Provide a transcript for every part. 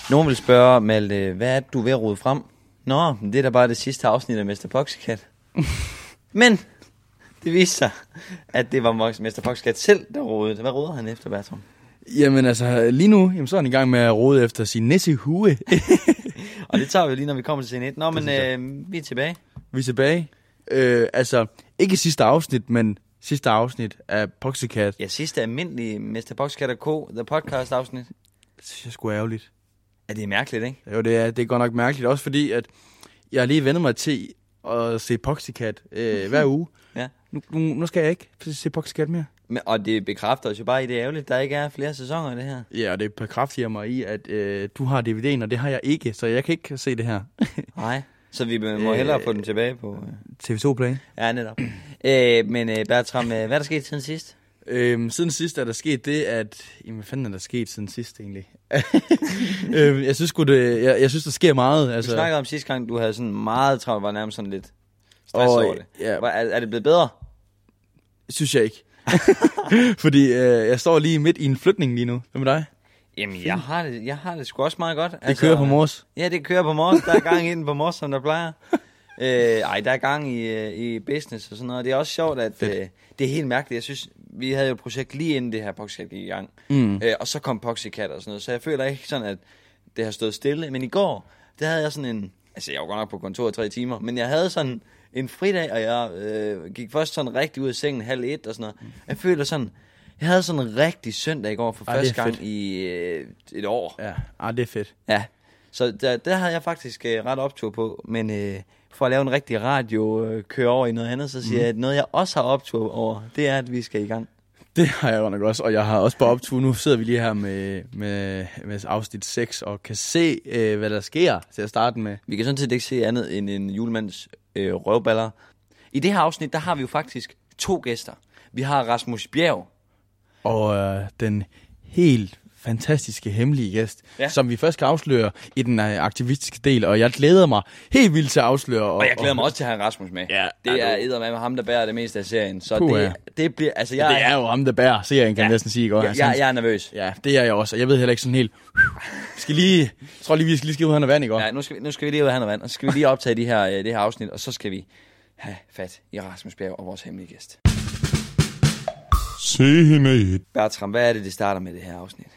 Nogen vil spørge, Malte, hvad er det, du er ved at rode frem? Nå, det er da bare det sidste afsnit af Mr. Poxycat. Men det viste sig, at det var Mr. Poxycat selv, der rodede. Hvad roder han efter, Bertram? Jamen altså, lige nu, så er han i gang med at rode efter sin nissehue. Og det tager vi lige, når vi kommer til scene 1. Nå, men vi er tilbage. Vi er tilbage. Altså, ikke sidste afsnit, men sidste afsnit af Poxycat. Ja, sidste almindelige Mr. Poxycat & Co. The Podcast afsnit. Det synes jeg sgu er ærgerligt. Ja, det er mærkeligt, ikke? Jo, det er godt nok mærkeligt. Også fordi, at jeg har lige vendt mig til at se Poxycat hver uge. Ja. Nu skal jeg ikke se Poxycat mere. Men, og det bekræfter os jo bare i, det er ærgerligt, der ikke er flere sæsoner i det her. Ja, og det bekræfter mig i, at du har DVD'en, og det har jeg ikke, så jeg kan ikke se det her. Nej, så vi må hellere få den tilbage på... TV2 Play. Ja, netop. Men Bertram, hvad er der sket siden sidst? Siden sidst er der sket det, at... Jamen, hvad fanden er der sket siden sidst, egentlig? Jeg synes jeg synes, der sker meget. Altså... Du snakkede om sidste gang, du havde sådan meget travlt, var nærmest sådan lidt stress over det. Ja. Er det blevet bedre? Synes jeg ikke. Fordi jeg står lige midt i en flytning lige nu. Hvad med dig? Jamen, jeg har det sgu også meget godt. Det kører på mors? Ja, det kører på mors. Der er gang i den på mors, som der plejer. Der er gang i business og sådan noget. Det er også sjovt, at det er helt mærkeligt. Jeg synes, vi havde jo et projekt lige inden det her Poxycat gik i gang. Og så kom Poxycat og sådan noget. Så jeg føler ikke sådan, at det har stået stille. Men i går, der havde jeg sådan en... Altså, jeg var godt nok på kontor i 3 timer. Men jeg havde sådan en fridag, og jeg gik først sådan rigtig ud af sengen 12:30 og sådan noget. Jeg føler sådan... Jeg havde sådan en rigtig søndag i går for første gang i et år. Ja, det er fedt. Ja, så der havde jeg faktisk ret optur på. Men for at lave en rigtig radio, køre over i noget andet, så siger jeg, at noget jeg også har optur over, det er, at vi skal i gang. Det har jeg jo nok også, og jeg har også på optur. Nu sidder vi lige her med afsnit 6 og kan se, hvad der sker til at starte med. Vi kan sådan set ikke se andet end en julemands røvballer. I det her afsnit, der har vi jo faktisk 2 gæster. Vi har Rasmus Bjerg. Og den helt fantastiske hemmelige gæst, som vi først skal afsløre i den aktivistiske del, og jeg glæder mig helt vildt til at afsløre. Og jeg glæder mig også til at have Rasmus med. Ja, det er eddermame ham, der bærer det meste af serien. Så det bliver, altså det er jo ham, der bærer serien, kan jeg næsten sige. Jeg er nervøs. Ja, det er jeg også, og jeg ved heller ikke sådan helt... vi skal lige skrive ud af vand, ikke? Ja, nu skal vi lige ud af vand, og så skal vi lige optage det her afsnit, og så skal vi have fat i Rasmus Bjerg og vores hemmelige gæst. Se hende i. Bertram, hvad er det starter med det her afsnit?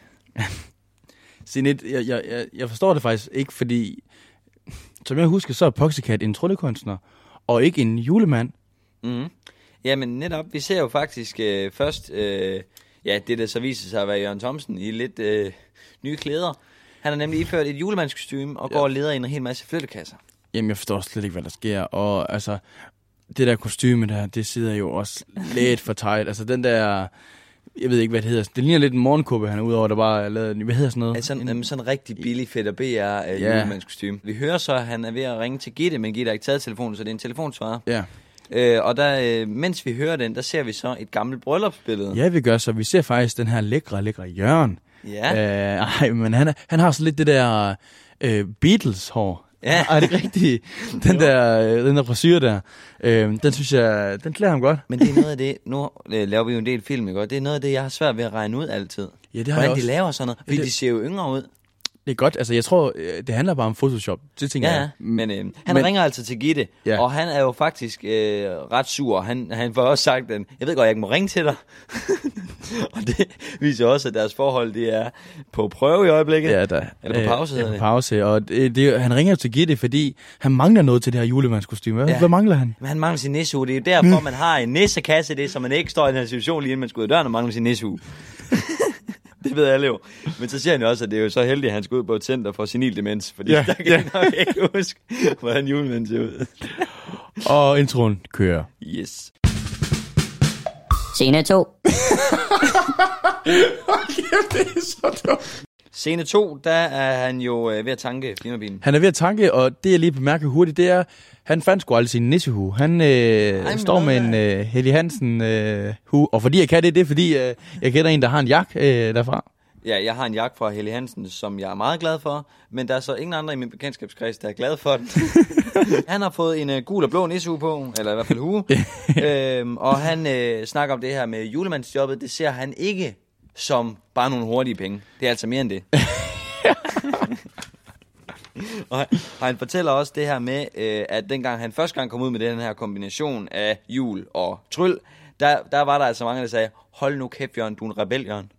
Jeg forstår det faktisk ikke, fordi som jeg husker, så er Poxycat en tryllekunstner, og ikke en julemand. Jamen netop, vi ser jo faktisk først, det der så viser sig at være Jørgen Thomsen i lidt nye klæder. Han har nemlig iført et julemandskostyme og går og leder i en hel masse flyttekasser. Jamen jeg forstår slet ikke, hvad der sker, og altså... Det der kostyme der, det sidder jo også lidt for tight. Altså den der, jeg ved ikke, hvad det hedder. Det ligner lidt en morgenkåbe, han er udover, der bare er lavet, hvad hedder sådan noget? Ja, sådan en rigtig billig Fætter BR julemandskostyme. Vi hører så, at han er ved at ringe til Gitte, men Gitte har ikke taget telefonen, så det er en telefonsvarer. Ja. Og der, mens vi hører den, der ser vi så et gammelt bryllupsbillede. Ja, vi gør så. Vi ser faktisk den her lækre Jørgen. Ja. Men han har så lidt det der Beatles-hår. Ja. Er det rigtigt? Den der frisyr der, den synes jeg, den klæder ham godt. Men det er noget af det, nu laver vi jo en del film, ikke? Det er noget af det, jeg har svært ved at regne ud altid. Ja, det har hvordan jeg også. De laver sådan noget, fordi de ser jo yngre ud. Det er godt, altså jeg tror, det handler bare om Photoshop, det tænker jeg. Men han ringer altså til Gitte, og han er jo faktisk ret sur. Han får også sagt, at jeg ved godt, jeg ikke må ringe til dig. Og det viser også, at deres forhold, det er på prøve i øjeblikket. Ja, der. Eller på pause, på pause, og han ringer til Gitte, fordi han mangler noget til det her julemandskostyme. Hvad mangler han? Men han mangler sin nissehue. Det er jo derfor, man har en nissekasse, det, så man ikke står i den her situation lige inden man skal ud af døren og mangler sin nissehue. Det ved alle jo. Men så siger han jo også, at det er jo så heldigt, at han skal ud på et center for senil demens. Fordi der kan jeg nok ikke huske, hvordan julemanden ser ud. Og introen kører. Yes. Scene 2. Det er så dumt. Scene 2, der er han jo ved at tanke firmabilen. Han er ved at tanke, og det jeg lige bemærker hurtigt, det er, han fandt sgu aldrig sin nissehue. Han står med en Helly Hansen hue, og fordi jeg kan det, det er fordi, jeg kender en, der har en jakke derfra. Ja, jeg har en jakke fra Helly Hansen, som jeg er meget glad for, men der er så ingen andre i min bekendtskabskreds, der er glad for den. Han har fået en gul og blå nissehue på, eller i hvert fald hue, og han snakker om det her med julemandsjobbet. Det ser han ikke som bare nogle hurtige penge. Det er altså mere end det. Og han fortæller også det her med, at dengang han første gang kom ud med den her kombination af jul og tryl, der var der altså mange, der sagde, hold nu kæft, Jørgen, du er en rebel, Jørgen.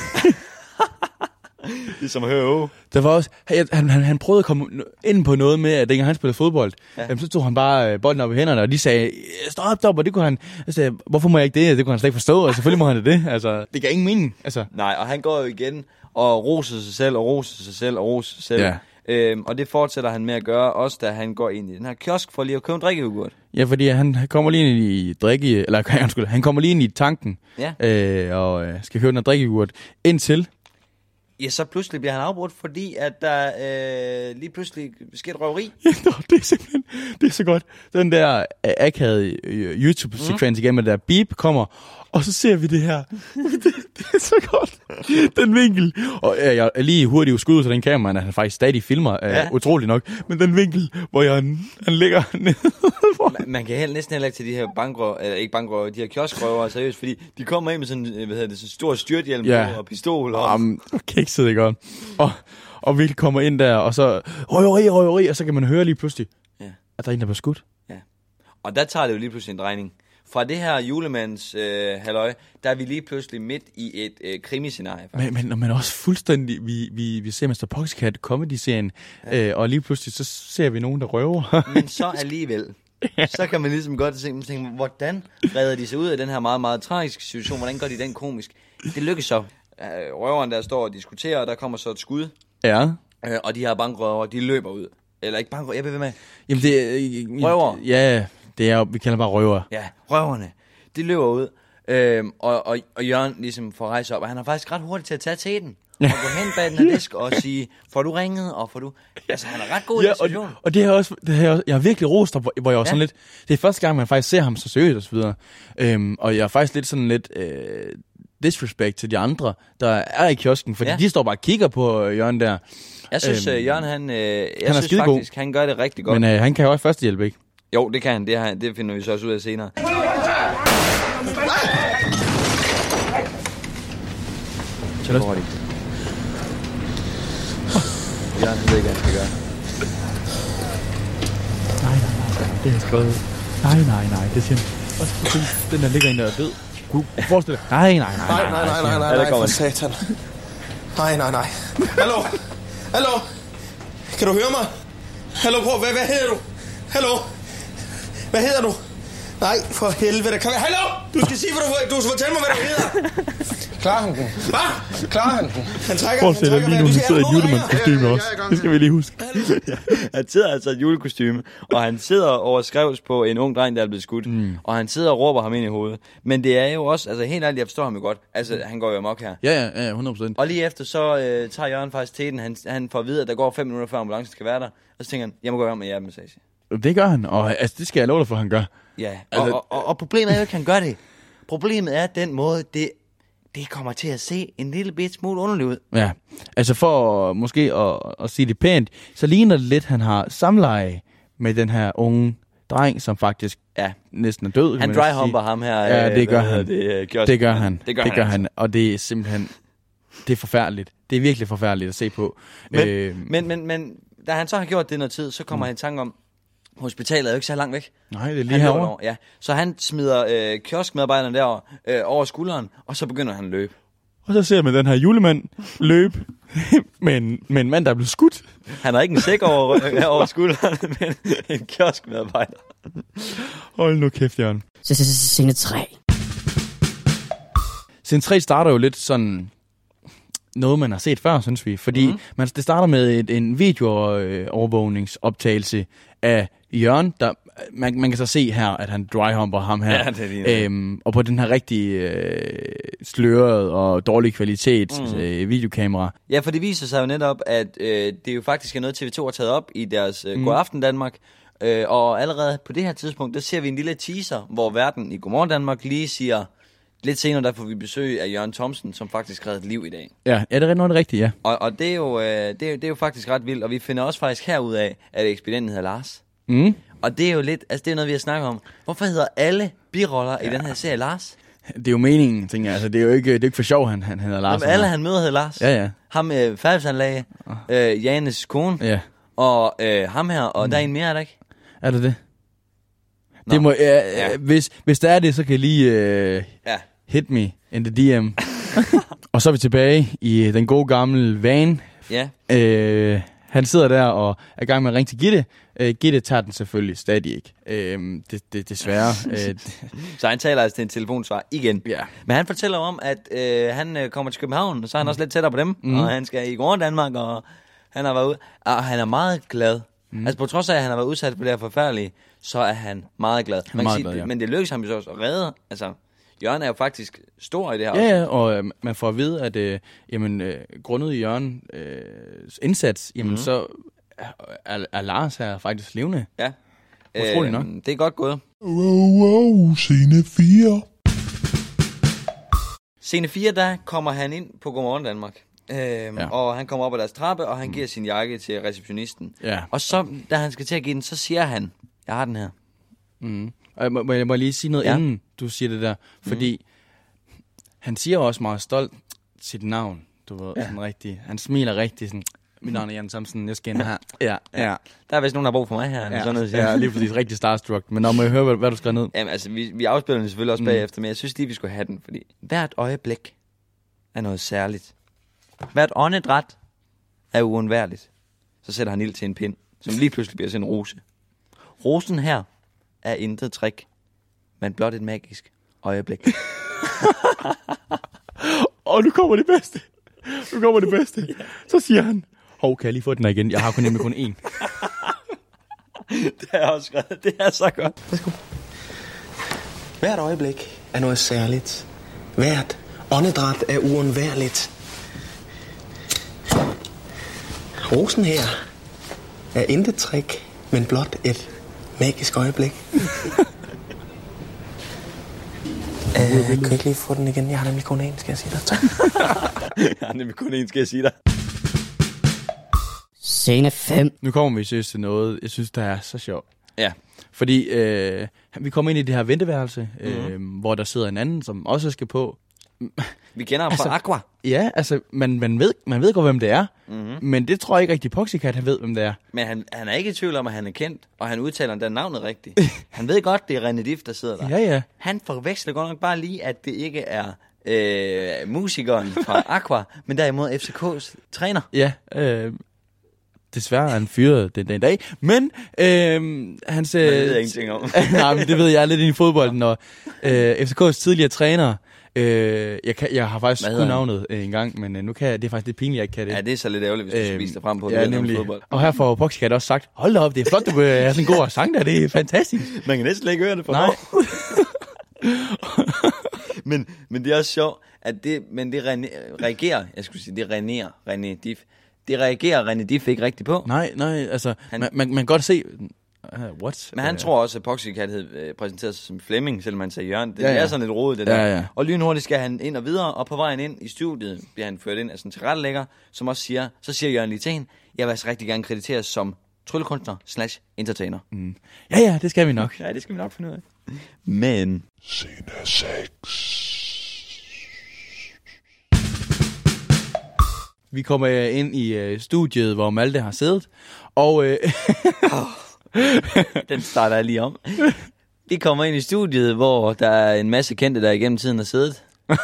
Ligesom at høre. Der var også, han prøvede at komme ind på noget med, at dengang han spillede fodbold, så tog han bare bolden op i hænderne, og de sagde, stop, og det kunne han, sagde, hvorfor må jeg ikke det? Det kunne han slet ikke forstå, og selvfølgelig må han det. Altså, det gav ingen mening. Altså. Nej, og han går jo igen og roser sig selv, og roser sig selv, og roser sig selv. Ja. Og det fortsætter han med at gøre, også da han går ind i den her kiosk for lige at købe en drikkejoghurt. Ja, fordi han kommer lige ind i han kommer lige ind i tanken, og skal købe den her drikkejoghurt indtil. Ja, så pludselig bliver han afbrudt, fordi at der lige pludselig sker et røveri. Ja, det er simpelthen, det er så godt. Den der akavede YouTube-sekvens igen med der beep kommer, og så ser vi det her. det er så godt. Den vinkel. Og jeg er lige hurtigt udskud til den kamera, at han faktisk stadig filmer, utrolig nok. Men den vinkel, hvor han ligger nede. Man kan næsten heller ikke til de her bankrøver, de her kioskrøver, seriøst, fordi de kommer ind med sådan, sådan stor styrthjelm og pistol. Kikset, ikke godt. Og vi kommer ind der, og så røveri, og så kan man høre lige pludselig, at der er en, der bliver skudt. Ja. Og der tager det jo lige pludselig en drejning. Fra det her julemands halløj, der er vi lige pludselig midt i et krimiscenarie. Men også fuldstændig, vi ser Mr. Poxcat comedy-serien, og lige pludselig så ser vi nogen, der røver. Men så alligevel, så kan man ligesom godt tænke, hvordan redder de sig ud af den her meget, meget tragiske situation? Hvordan gør de den komisk? Det lykkes så. Røveren der står og diskuterer, og der kommer så et skud. Ja. Og de her bankrøver, de løber ud. Eller ikke bankrøver, jeg ved med. Jamen det røver. Ja, det er, vi kalder bare røver. Ja, røverne. De løber ud. Og Jørgen ligesom får rejse op, og han er faktisk ret hurtig til at tage teten. Og gå hen bag den her disk og sige, får du ringet, og får du... Altså, han er ret god i den situation. Og det er også, jeg har virkelig rost ham, hvor jeg var sådan lidt... Det er første gang, man faktisk ser ham så seriøst og så videre. Og jeg er faktisk lidt sådan lidt... disrespect til de andre, der er i kiosken, fordi de står bare og kigger på Jørgen der. Jeg synes, Jørgen, han synes faktisk, han gør det rigtig godt. Men han kan jo også førstehjælp, ikke? Jo, det kan han. Det finder vi så også ud af senere. Charlotte. Jørgen ved ikke, hvad han skal gøre. Nej, det er skrevet. Nej, det siger han. Den der ligger en, der er død. Forestil dig. Nej, for satan. Nej. Hallo? Kan du høre mig? Hallo, bror, hvad hedder du? Hallo? Hvad hedder du? Nej, for helvede. Hallo? Du skal sige, du skal fortælle mig, hvad du hedder. Klarer han den? Hvad? Klarer han den? Han trækker. Forestil dig lige nu, han sidder i et julemandskostyme også. Det skal vi lige huske. Han sidder altså i et julekostyme, og han sidder overskrevs på en ung dreng, der er blevet skudt. Og han sidder og råber ham ind i hovedet. Men det er jo også, altså helt ærligt, jeg forstår ham jo godt. Altså, han går jo amok her. Ja, 100%. Og lige efter, så tager Jørgen faktisk teten. Han får at vide, at der går 5 minutter, før ambulancen skal være der. Og så tænker han, jeg må gå om med hjertemassage. Det gør han, og altså, det skal jeg love dig for, han gør. Ja, altså, og problemet er jo ikke, han gør det. Problemet er, at den måde, det kommer til at se en lille bit smule underligt ud. Ja, altså for måske at sige det pænt, så ligner det lidt, han har samleje med den her unge dreng, som faktisk næsten er død. Han dryhumper ham her. Ja, det gør han. Det gør han. Og det er simpelthen, det er forfærdeligt. Det er virkelig forfærdeligt at se på. Men da han så har gjort det noget tid, så kommer han i tanke om, hospitalet er jo ikke så langt væk. Nej, det er lige herovre. Ja. Så han smider kioskmedarbejderen derovre over skulderen, og så begynder han at løbe. Og så ser man den her julemand løbe med en mand, der er blevet skudt. Han har ikke en sæk over skulderen, men en kioskmedarbejder. Hold nu kæft, Jørgen. Scene 3. Scene 3 starter jo lidt sådan noget, man har set før, synes vi. Fordi det starter med en videoovervågningsoptagelse af Jørgen, der man kan så se her, at han dryhumper ham her. Ja, det og på den her rigtig slørede og dårlig kvalitet videokamera. Ja, for det viser sig jo netop, at det jo faktisk er noget, TV2 har taget op i deres Godaften Danmark. Og allerede på det her tidspunkt, der ser vi en lille teaser, hvor verden i Godmorgen Danmark lige siger... Lidt senere, der får vi besøg af Jørgen Thomsen, som faktisk reddede liv i dag. Ja, det er noget rigtigt, ja. Og det er jo faktisk ret vildt, og vi finder også faktisk herud af, at ekspedienten hedder Lars. Og det er jo lidt, altså det er noget, vi har snakket om. Hvorfor hedder alle biroller i den her serie Lars? Det er jo meningen, tænker jeg. Altså, det er jo ikke for sjov, han hedder Lars. Jamen, alle han møder hedder Lars. Ja. Ham færdighedsanlæg, Janes kone, og ham her, og der er en mere, er der ikke? Er det? Det må, hvis der er det, så kan jeg lige hit me in the DM. Og så er vi tilbage i den gode gamle van. Ja. Han sidder der og er i gang med at ringe til Gitte. Gitte tager den selvfølgelig stadig ikke. Desværre. Så han taler altså til en telefonsvar igen. Ja. Men han fortæller om, at han kommer til København, og så er han også lidt tættere på dem. Og han skal i Godmorgen Danmark, og han har været ude. Og han er meget glad. Altså på trods af, at han har været udsat for det her forfærdelige, så er han meget glad. Man kan sige, men det lykkes ham jo så også at redde. Altså, Jørgen er jo faktisk stor i det her. Ja, og man får at vide, at grundet i Jørgens indsats, så er Lars her faktisk levende. Ja. Utroligt nok. Det er godt gået. Scene 4. Scene 4, der kommer han ind på Godmorgen Danmark. Og han kommer op ad deres trappe, og han giver sin jakke til receptionisten. Ja. Og så, da han skal til at give den, så siger han, jeg har den her. Og jeg må lige sige noget, inden du siger det der. Fordi han siger også meget stolt sit navn. Du ved, sådan rigtig. Han smiler rigtig sådan. Mit navn er Jan Samsen, jeg skal ind her. Ja. Der er vist nogen, der har brug for mig her. Sådan noget, ja, lige præcis rigtig starstruck. Men når må jeg høre, hvad du skrev ned? Jamen altså, vi afspiller den selvfølgelig også bagefter, men jeg synes lige, vi skulle have den, fordi hvert øjeblik er noget særligt. Hvert åndedræt er uundværligt. Så sætter han ild til en pind, som lige pludselig bliver til en rose. Rosen her er intet trick, men blot et magisk øjeblik. Og nu kommer det bedste. Så siger han, kan jeg lige få den her igen? Jeg har nemlig kun én. Det er også skrevet. Det er så godt. Værsgo. Hvert øjeblik er noget særligt. Hvert åndedræt er uundværligt. Rosen her er intet trick, men blot et magisk øjeblik. Kan jeg ikke lige få den igen? Jeg har nemlig kun én, skal jeg sige dig. Jeg har nemlig kun én, skal jeg sige dig. Scene 5. Nu kommer vi seriøst til noget, jeg synes, der er så sjovt. Ja. Fordi vi kommer ind i det her venteværelse, hvor der sidder en anden, som også skal på. Vi kender ham fra Aqua. Ja, altså, man ved godt, hvem det er. Men det tror jeg ikke rigtig, Poxycat, han ved, hvem det er. Men han er ikke i tvivl om, at han er kendt, og han udtaler den navnet rigtigt. Han ved godt, det er René Diff, der sidder der. Ja. Han forveksler godt nok bare lige, at det ikke er musikeren fra Aqua, men derimod FCK's træner. Ja, desværre er han fyret den dag. Men hans... Det ved jeg ingenting om. Nej, men det ved jeg lidt ind i fodbolden. Og FCK's tidligere træner... Jeg har faktisk kun navnet en gang, men nu kan jeg, det er faktisk lidt pinligt, jeg ikke kan det. Ja, det er så lidt ærgerligt, hvis du viser dig frem på nemlig. Fodbold. Og her får Poxycat også sagt, hold da op, det er flot, du har sådan en god sang der, det er fantastisk. Man kan næsten ikke høre det på Nej. men det er også sjovt, at det reagerer, jeg skulle sige, det René Diff. Det reagerer René Diff ikke rigtigt på. Nej, altså, man kan godt se... What? Men han tror også, at Poxycat havde præsenteret sig som Flemming, selvom han sagde Jørgen. Det er sådan lidt rodet, det der. Ja. Og lynhurtigt skal han ind og videre, og på vejen ind i studiet bliver han ført ind af sådan en tilrettelægger, som også siger Jørgen lige til hende, jeg vil altså rigtig gerne krediteres som tryllekunstner / entertainer. Ja, det skal vi nok. Ja, det skal vi nok finde ud af. Men... Scene 6. Vi kommer ind i studiet, hvor Malte har siddet, og... Den starter jeg lige om. Vi kommer ind i studiet, hvor der er en masse kendte, der igennem tiden har siddet.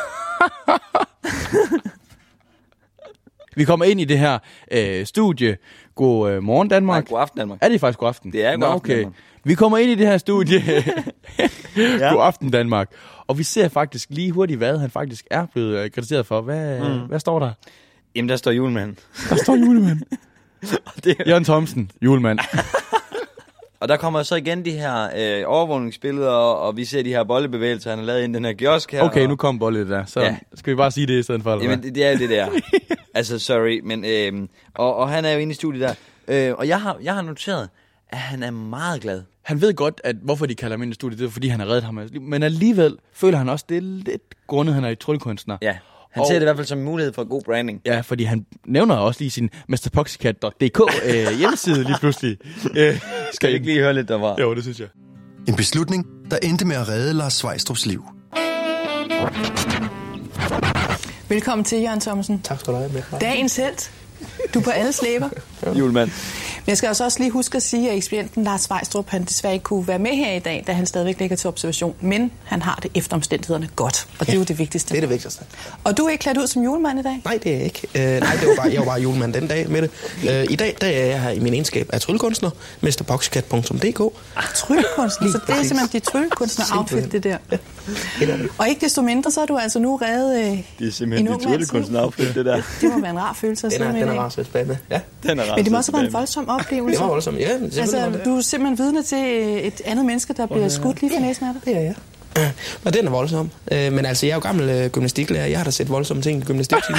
Vi kommer ind i det her studie. God morgen Danmark. Nej, god aften Danmark. Er det faktisk god aften? Det er god aften Danmark. Vi kommer ind i det her studie. God aften Danmark. Og vi ser faktisk lige hurtigt, hvad han faktisk er blevet kritiseret for. Hvad står der? Jamen, der står julemand. Der står julemand. Jørgen Thomsen, julemand. Og der kommer så igen de her overvågningsbilleder, og vi ser de her bollebevægelser, han har lavet i den her kiosk her. Okay, nu kom bollet der. Så skal vi bare sige det i stedet for. Jamen, det er jo det der. Altså, sorry, men... og han er jo inde i studiet der. Og jeg har noteret, at han er meget glad. Han ved godt, at hvorfor de kalder ham ind i studiet, det er fordi, han har reddet ham. Men alligevel føler han også, det er lidt grundet, han er i tryllekunstner. Ja. Han ser det i hvert fald som en mulighed for god branding. Ja, fordi han nævner også lige sin mrpoxycat.dk hjemmeside lige pludselig. Skal vi ikke lige høre lidt derfra? Jo, det synes jeg. En beslutning, der endte med at redde Lars Svejstrups liv. Velkommen til, Jørgen Thomsen. Tak skal du have. Dagens helt. Du er på alle slæber. Julemand. Men jeg skal også lige huske at sige, at ekspedienten Lars Vejstrup, han desværre ikke kunne være med her i dag, da han stadigvæk ligger til observation. Men han har det efter omstændighederne godt, og det er jo det vigtigste. Det er det vigtigste. Og du er ikke klædt ud som julemand i dag? Nej, det er jeg ikke. Jeg var bare julemand den dag med det. I dag der er jeg her i min egenskab af tryllekunstner, mrboxcat.dk. Tryllekunstner? Så det er simpelthen dit tryllekunstner-outfit, det der. Og ikke desto mindre, så er du altså nu reddet det er simpelthen dit tryllekunstner-outfit, det der. Det må være en rar følelse at sidde med i dag. Den er rar så spændende. Ja. Den er rar. Men det må også være en voldsom oplevelse. Det var voldsomt, ja. Altså, du er simpelthen vidne til et andet menneske, der bliver skudt lige for næsen af dig. Ja. Og den er voldsom. Men altså, jeg er jo gammel gymnastiklærer. Jeg har da set voldsomme ting i gymnastiktimen.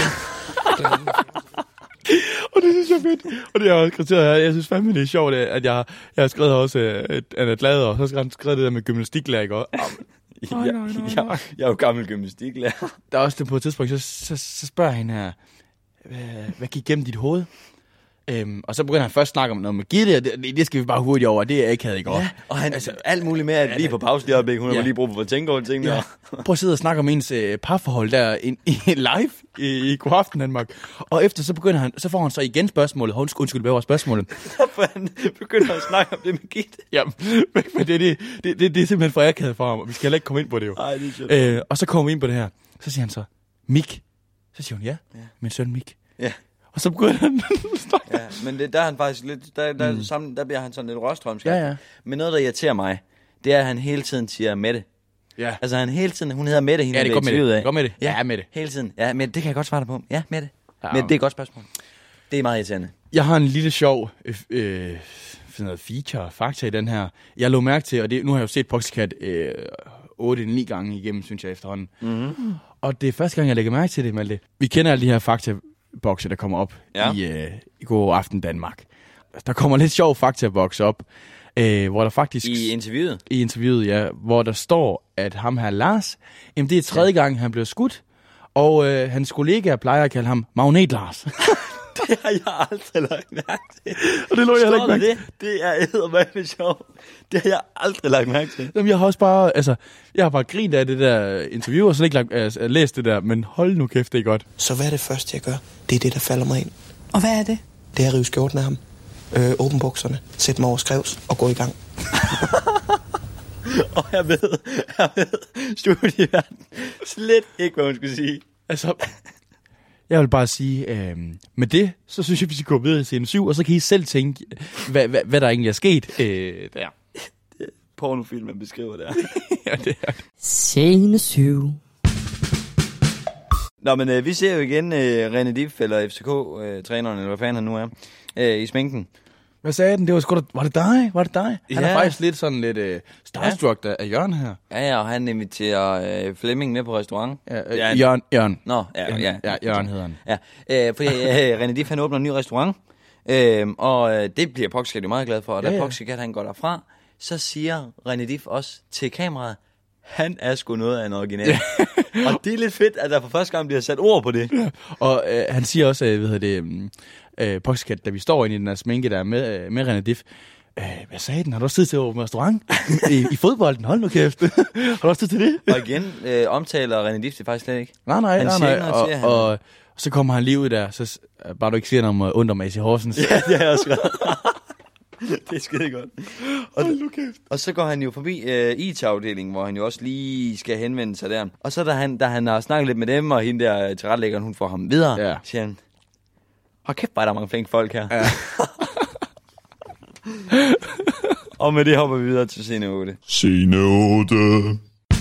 Og det synes jeg er fedt. Og det er også kriteriet her. Jeg synes fandme, det er sjovt, at jeg har skrevet også Anna Glad, og så har jeg skrevet det der med gymnastiklærer, ikke også? Jeg er jo gammel gymnastiklærer. Der er også det på et tidspunkt, så spørger hende her, hvad gik gennem dit hoved? Og så begynder han først at snakke om noget med Gitte, og det skal vi bare hurtigt over, det er ikke havde i går. Ja, og han, altså, alt muligt med, at lige på pause lige øjeblik, hun har lige brug for at tænke over tingene. Ja. Prøv at sidde og snakke om ens parforhold der i live i Godaften Danmark. Og efter så får han så igen spørgsmålet. Undskyld, hvad var spørgsmålet? For han begynder at snakke om det med Gitte. Ja, men det er simpelthen for akavet for ham, og vi skal heller ikke komme ind på det jo. Ej, det er og så kommer vi ind på det her. Så siger han så, Mik. Så siger hun, ja. Min søn Mik. Ja. Og så begynder han ja, men der er han faktisk lidt, der bliver han sådan lidt rørstrømsk. Ja. Men noget, der irriterer mig, det er, at han hele tiden siger Mette. Ja. Altså han hele tiden, hun hedder Mette, hende ja, det går med det. Af. Gå med det. Ja, med det. Hele tiden. Ja, men det kan jeg godt svare dig på. Ja, Mette. Ja. Men det er et godt spørgsmål. Det er meget irriterende. Jeg har en lille sjov feature fakta i den her. Jeg lå mærke til, og nu har jeg jo set Poxycat 8-9 gange igennem, synes jeg efterhånden. Mm-hmm. Og det er første gang, jeg lægger mærke til det, Malte. Vi kender alle de her faktabokse, der kommer op i God Aften Danmark. Der kommer lidt sjov faktabokse op, hvor der faktisk... I interviewet? I interviewet, ja. Hvor der står, at ham her Lars, jamen det er tredje gang, han blev skudt, og hans kollegaer plejer at kalde ham Magnet Lars. Det har jeg aldrig lagt mærke til. Og det lå jeg heller ikke mærke til. Det er eddermame sjovt. Det har jeg aldrig lagt mærke til. Jamen, jeg har også bare, grint af det der interview, og så ikke læst det der, men hold nu kæft, det er godt. Så hvad er det første, jeg gør? Det er det, der falder mig ind. Og hvad er det? Det er at rive skjorten af ham. Åbne bukserne, sætte mig over skrevs og gå i gang. Og jeg ved, studieverden slet ikke, hvad hun skulle sige. Altså... Jeg vil bare sige, med det, så synes jeg, vi skal gå videre til scene 7, og så kan I selv tænke, hvad der egentlig er sket der. Pornofilm, man beskriver der. Ja, det er det. Scene 7. Nå, men vi ser jo igen René Dif, eller FCK-træneren, eller hvad fanden han nu er, i sminken. Hvad sagde den? Det var sgu da... Var det dig? Han er faktisk lidt sådan lidt starstruck af Jørgen her. Ja, og han inviterer Flemming med på restaurant. Ja, Jørgen. Nå, ja. Jørgen hedder han. Ja, fordi René Dif, han åbner en ny restaurant, og det bliver Poxycat jo meget glad for. Og da Poxycat, han går derfra, så siger René Dif også til kameraet, han er sgu noget af en original. Og det er lidt fedt, at der for første gang bliver sat ord på det. Ja. Og han siger også, Poxycat, da vi står inde i den her sminke der med René Dif, hvad sagde den? Har du også tid til at åbne restaurant? I fodbolden? Hold nu kæft. Har du også tid til det? Og igen omtaler René Dif det faktisk slet ikke. Nej. Og så kommer han lige ud der, så bare du ikke siger noget om under med AC Horsens. Ja, det har jeg også skrevet. Det er skide godt. Og så går han jo forbi IT-afdelingen, hvor han jo også lige skal henvende sig der. Og så da han har snakket lidt med dem, og hende der tilrettelæggeren, hun får ham videre, siger han, hold kæft, bare der er mange flinke folk her. Ja. Og med det hopper vi videre til scene 8. Scene 8.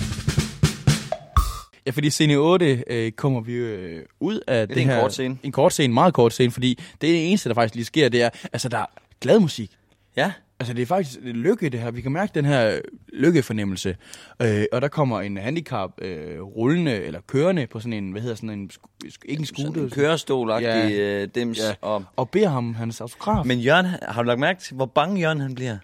Ja, fordi scene 8 kommer vi ud af det her... en kort scene. En kort scene, meget kort scene, fordi det eneste, der faktisk lige sker, det er, altså der er glad musik. Ja. Altså det er faktisk lykke det her. Vi kan mærke den her lykkefornemmelse. Og der kommer en handicap rullende eller kørende på sådan en, hvad hedder sådan en, ikke en scooter. En kørestol-agtig dims. Ja. Og beder ham hans autograf. Men Jørgen, har du lagt mærke til, hvor bange Jørgen han bliver?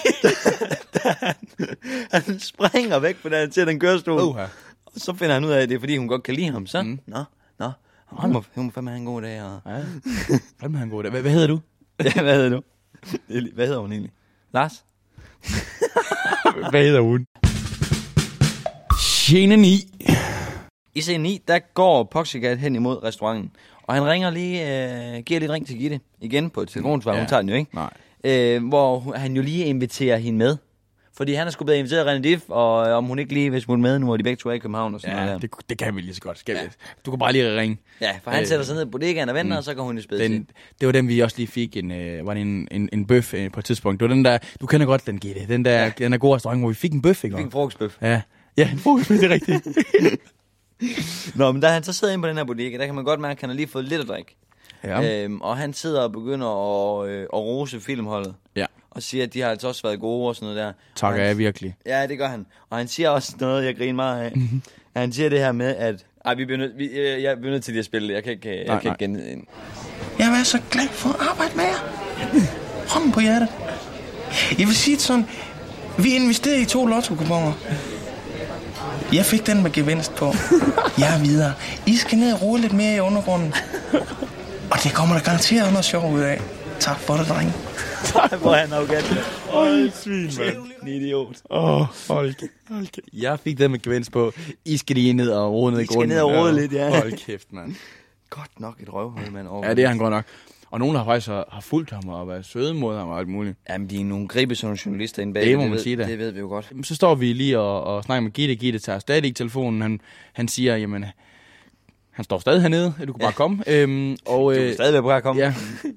Han springer væk på den kørestol. Og så finder han ud af, at det er fordi, hun godt kan lide ham. Så, nå. Hun må fandme have en god dag. Og... Ja, fandme have en god dag. Hvad hedder du? Ja, hvad hedder du? Hvad hedder hun egentlig? Lars? Hvad hedder hun? Scene 9. I scene 9, der går Poxycat hen imod restauranten. Og han ringer lige, giver lidt ring til Gitte. Igen på et telefonsvar, hun tager den jo ikke. Nej. Hvor han jo lige inviterer hende med. Fordi han er sgu blevet inviteret af René Diff, og om hun ikke lige vil smutte med, nu hvor de begge to er i København og sådan noget. Det kan vi lige så godt. Skal vi? Du kan bare lige ringe. Ja, for han sætter sig ned i bodegaen og venter, og så går hun i spæd til. Det var den, vi også lige fik en bøf på et tidspunkt. Det var den der, du kender godt den, Gitte. Den der gode restaurant, hvor vi fik en bøf, ikke? Vi fik en frokostbøf. Ja, en frokostbøf, det er rigtigt. Nå, men da han så sidder inde på den her bodega, der kan man godt mærke, at han har lige fået lidt at drikke. Ja. Og han sidder og begynder at rose filmholdet. Ja. Og siger, at de har altså også været gode og sådan noget der. Tak af virkelig. Ja, det gør han. Og han siger også noget, jeg griner meget af. Han siger det her med, at vi bliver nødt til lige at spille det. Jeg kan ikke gen... Jeg vil være så glad for at arbejde med jer. Hånden på hjertet. Jeg vil sige det sådan. Vi investerede i 2 lotto-kuponer. Jeg fik den med gevinst på. Jeg er videre. I skal ned og roe lidt mere i undergrunden. Og det kommer der garanteret noget sjov ud af. Tak for det, drenge. Tak, hvor han arrogant. Hold svin, mand. En idiot. Hold kæft. Jeg fik den med gevinst på. I skal lige ned og rode ned i grunden. I skal ned og rode lidt, ja. Hold kæft, mand. Godt nok et røvhul, mand. Ja, det er han godt nok. Og nogen har faktisk har fulgt ham og været søde mod ham og alt muligt. Jamen, de er nogle gribesøgende journalister inde bag. Det må man sige det. Det ved vi jo godt. Så står vi lige og snakker med Gitte. Gitte tager stadig i telefonen. Han siger, jamen, han står stadig hernede. Du kan bare komme. Du kan stadig være på at komme. Ja.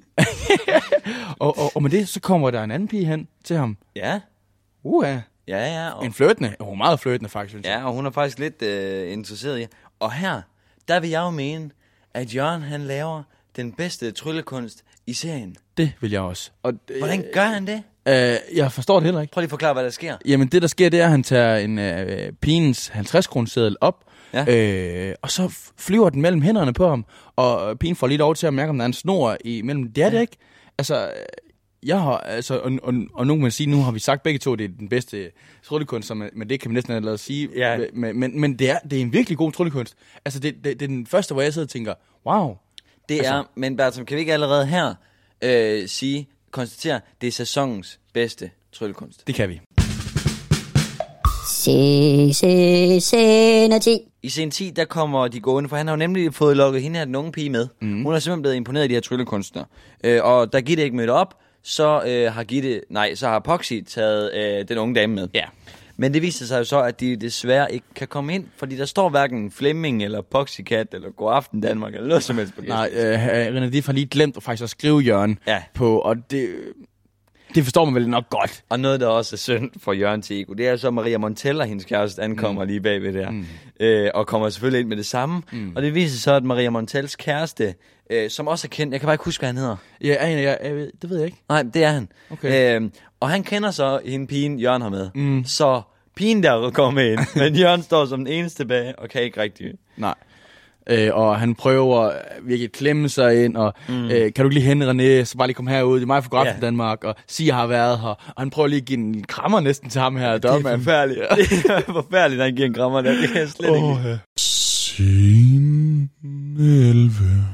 og med det, så kommer der en anden pige hen til ham. Ja. Ja. En flirtende. Hun er meget flirtende, faktisk, synes jeg. Ja, og hun er faktisk lidt interesseret i. Og her, der vil jeg jo mene, at Jørgen, han laver den bedste tryllekunst i serien. Det vil jeg også. Hvordan gør han det? Jeg forstår det heller ikke. Prøv lige at forklare, hvad der sker. Jamen, det der sker, det er, at han tager en pigens 50-kroneseddel op, og så flyver den mellem hænderne på ham, og pigen får lige lov til at mærke, om der er en snor imellem. Det er det ikke. Altså, jeg har, altså, og nu kan man sige, nu har vi sagt begge to, det er den bedste tryllekunst, men det kan man næsten allerede sige. Ja. Men det er en virkelig god tryllekunst. Altså, det er den første, hvor jeg sidder og tænker, wow. Det er, men Bertram, kan vi ikke allerede her konstatere, det er sæsonens bedste tryllekunst? Det kan vi. Scene 10. I scene 10, der kommer de gående, for han har jo nemlig fået lukket hende her, den unge pige med. Hun er simpelthen blevet imponeret af de her tryllekunstnere. Og da Gitte ikke mødte op, så har Poxy taget den unge dame med. Ja. Men det viser sig jo så, at de desværre ikke kan komme ind, fordi der står hverken Flemming eller Poxycat eller God Aften Danmark eller noget som helst på gæsten. Nej, René Diff har lige glemt faktisk at skrive Jørgen på, og det forstår man vel nok godt. Og noget, der også er synd for Jørgen til ego, det er så Maria Montella, hendes kæreste, ankommer lige bagved der. Og kommer selvfølgelig ind med det samme. Og det viser så, at Maria Montels kæreste, som også er kendt, jeg kan bare ikke huske, hvad han hedder. Ja, det ved jeg ikke. Nej, det er han. Okay. Og han kender så hende pigen, Jørgen har med. Så pigen der kommer ind, men Jørgen står som den eneste tilbage, og kan ikke rigtig. Nej. Og han prøver virkelig at klemme sig ind, og kan du lige hente René, så bare lige komme herud, det er mig for godt for Danmark, og sige, jeg har været her, og han prøver lige at give en krammer næsten til ham her. Det er forfærdeligt. Det er forfærdeligt, når han giver en krammer der. Det kan jeg slet ikke. Scene 11.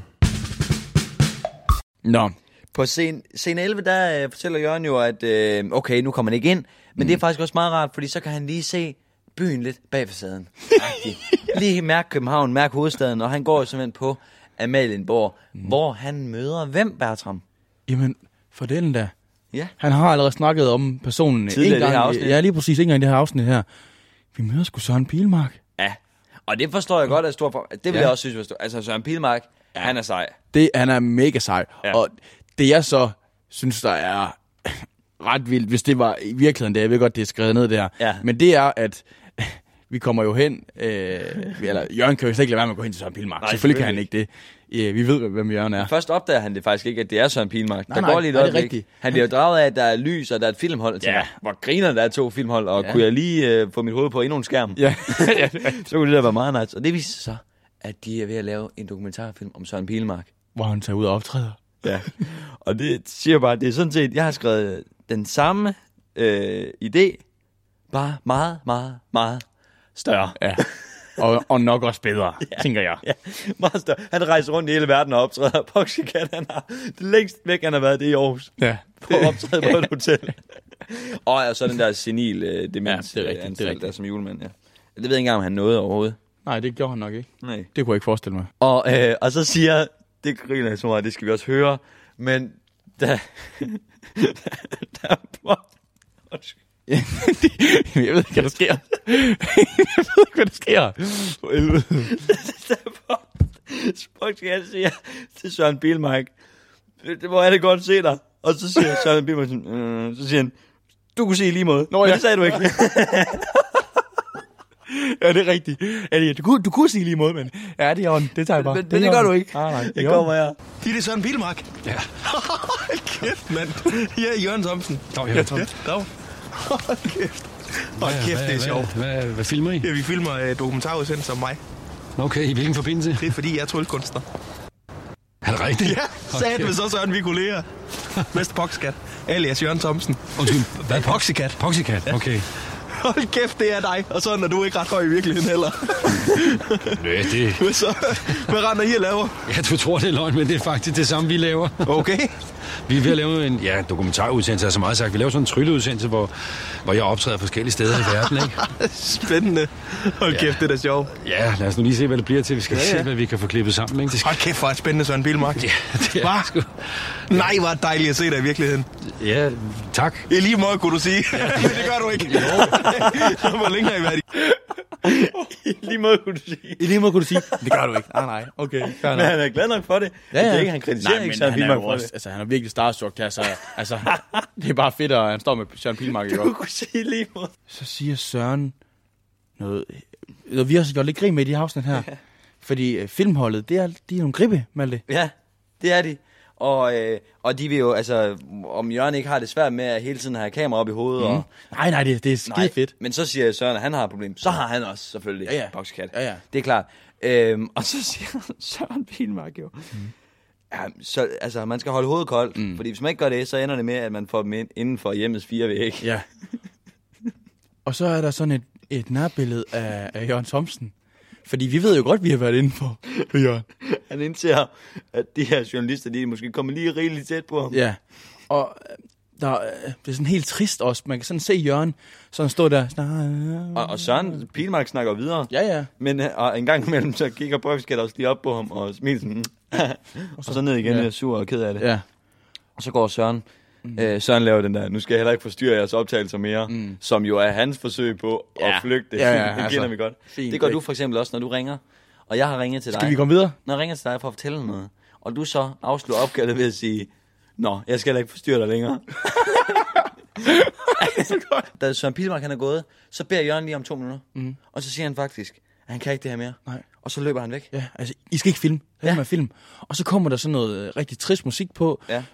Nå. På scene 11, der fortæller Jørgen jo, at okay, nu kommer han ikke ind, men det er faktisk også meget rart, fordi så kan han lige se byen lidt bag facaden. Lige mærke København, mærke hovedstaden, og han går jo simpelthen på Amalienborg, hvor han møder hvem, Bertram? Jamen, for den der. Ja. Han har allerede snakket om personen tidligere i det her afsnit. Ja, lige præcis, en gang i det her afsnit her. Vi møder sgu Søren Pilmark. Ja, og det forstår jeg godt, at stor for. Det vil jeg også synes, forstå. Altså Søren Pilmark, han er sej. Han er mega sej. Ja. Og det jeg så synes, der er ret vildt, hvis det var i virkeligheden, det jeg ved godt, det er skrevet ned der. Ja. Men det er, at vi kommer jo hen, eller Jørgen kan jo slet ikke lade være med at gå hen til Søren Pilmark. Nej, selvfølgelig kan han ikke det. Vi ved, hvem Jørgen er. Først opdager han det faktisk ikke, at det er Søren Pilmark. Nej, går lige det rigtigt. Han bliver draget af, at der er lys, og der er et filmhold. Ja. Hvor griner der er 2 filmhold, og kunne jeg lige få mit hoved på endnu en skærm? Ja. Så kunne det der være meget nice. Og det viser sig, at de er ved at lave en dokumentarfilm om Søren Pilmark. Hvor han tager ud og optræder. Ja, og det siger bare, det er sådan set, jeg har skrevet den samme idé, bare meget, meget, meget større. Ja. Og nok også bedre, tænker jeg. Ja, meget større. Han rejser rundt i hele verden og optræder. Poxycat, han har det længst væk, han har været det i Aarhus. Ja. På at optræde på et hotel. Og så den der senil demens, det er rigtigt, der som julemand, ja. Jeg ved ikke engang, om han nåede overhovedet. Nej, det gjorde han nok ikke. Nej. Det kunne jeg ikke forestille mig. Og så siger, det griner jeg så meget, det skal vi også høre, men der Jeg ved ikke, hvad der sker. Jeg ved ikke, hvad der sker. Spock skal sige til Søren Pilmark, hvor er det godt at se dig. Og så siger Søren Pilmark sådan, så siger han, du kunne sige lige måde. Nå, ja. Men det sagde du ikke. Ja, det er rigtigt. Ja, du kunne sige lige måde, men ja, det er on. Det tager jeg bare. Men det gør du ikke. Nej, det kommer jeg. Det er Søren Pilmark. Ja. Kæft, mand. Ja, Jørgen Thomsen. Nå, Jørgen Thomsen. Hold kæft. Hold kæft, det er sjovt. Hvad filmer I? Ja, vi filmer dokumentarudsendelse om mig. Okay, i hvilken forbindelse? Det er fordi, jeg er tryllekunstner. Er det rigtigt? Ja, sagde vi så Søren, vi kolleger. Mester Poxycat, alias Jørgen Thomsen. Undskyld, hvad? Poxycat. Poxycat, okay. Hold kæft, det er dig. Og sådan er du ikke ret høj i virkeligheden heller. Nej, det... Hvad render I og laver? Ja, du tror, det er løgn, men det er faktisk det samme, vi laver. Okay. Vi er ved at lave en dokumentarudsendelse, altså meget sagt. Vi laver sådan en trylleudsendelse, hvor jeg optræder forskellige steder i verden, ikke? Spændende. Hold kæft, det er da sjovt. Ja, lad os nu lige se, hvad det bliver til. Vi skal se, hvad vi kan få klippet sammen, ikke? Hold kæft, hvor er det spændende, Søren Pilmark. Ja, det er sgu... Nej, hvor er det dejligt at se dig i virkeligheden. Ja, tak. I lige måde, kunne du sige. Ja. Men det gør du ikke. Hvor længe har I været i? I lige måde kunne du sige. I lige måde kunne du sige, det gør du ikke. Nej, okay. Men han er glad nok for det. Ja. Det er ikke, han kritiserer ikke Søren Pilmark for det. Altså, han er virkelig starstruck her, så altså, det er bare fedt, at han står med Søren Pilmark i Du kunne sige lige måde. Så siger Søren noget vi har gjort lidt grin med i de afsnit her. Ja. Fordi filmholdet, de er nogle gribe, Malte. Ja, det er de. Og de vil jo, altså, om Jørgen ikke har det svært med at hele tiden have kamera op i hovedet. Og... Nej, det er skide fedt. Men så siger Søren, at han har et problem. Så har han også selvfølgelig Poxycat. Ja. Det er klart. Og så siger Søren Pilmark jo. Ja, så, altså, man skal holde hovedet koldt. Fordi hvis man ikke gør det, så ender det med, at man får dem ind inden for hjemmets 4 vægge. Ja. Og så er der sådan et nærbillede af Jørgen Thomsen. Fordi vi ved jo godt, vi har været inde for Jørgen. Han indser, at de her journalister, de er måske kommet lige rigeligt tæt på ham. Ja, og det er sådan helt trist også. Man kan sådan se Jørgen sådan stå der. Og Søren Pilmark snakker videre. Ja. Men og en gang imellem, så kigger Poxycat også lige op på ham og smiler sådan. Og så ned igen, sur og ked af det. Ja. Og så går Søren. Søren laver den der, nu skal jeg heller ikke forstyrre jeres optagelser mere, som jo er hans forsøg på at flygte. Ja, det kender vi godt. Fint, det gør du for eksempel også, når du ringer. Og jeg har ringet til dig. Skal vi komme videre? Når jeg ringer til dig for at fortælle noget, og du så afslutter opkaldet ved at sige, nå, jeg skal heller ikke forstyrre dig længere. Da Søren Pilmark han er gået, så beder Jørgen lige om 2 minutter. Og så siger han faktisk, at han kan ikke det her mere. Nej. Og så løber han væk. Ja, altså, I skal ikke filme. Film. Og så kommer der sådan noget rigtig trist musik på. Ja.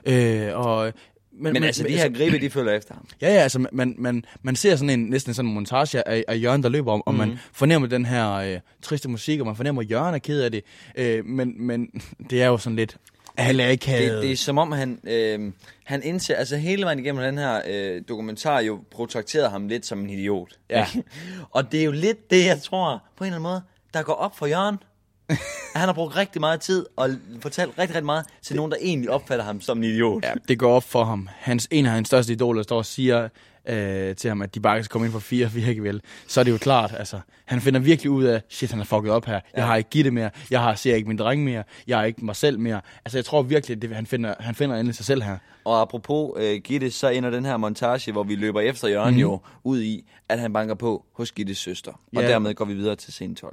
Men altså, de her gribe, de følger efter ham. Ja, altså, man ser sådan næsten sådan en montage af Jørgen, der løber om, og man fornemmer den her triste musik, og man fornemmer, at Jørgen er ked af det. Men det er jo sådan lidt... Det er som om, han indser, altså hele vejen igennem den her dokumentar jo protrakterede ham lidt som en idiot. Ja. Og det er jo lidt det, jeg tror, på en eller anden måde, der går op for Jørgen. Han har brugt rigtig meget tid og fortalt rigtig meget til nogen, der egentlig opfatter ham som en idiot. Ja, det går op for ham. En af hans største idoler står og siger til ham, at de bare skal komme ind for 4 virke vel. Så er det jo klart, altså, han finder virkelig ud af, shit, han er fucket op her. Jeg har ikke Gitte mere. Ser ikke min dreng mere. Jeg er ikke mig selv mere. Altså, jeg tror virkelig, at han finder endelig sig selv her. Og apropos Gitte, så ender den her montage, hvor vi løber efter Jørgen jo ud i, at han banker på hos Gittes søster. Og dermed går vi videre til scene 12.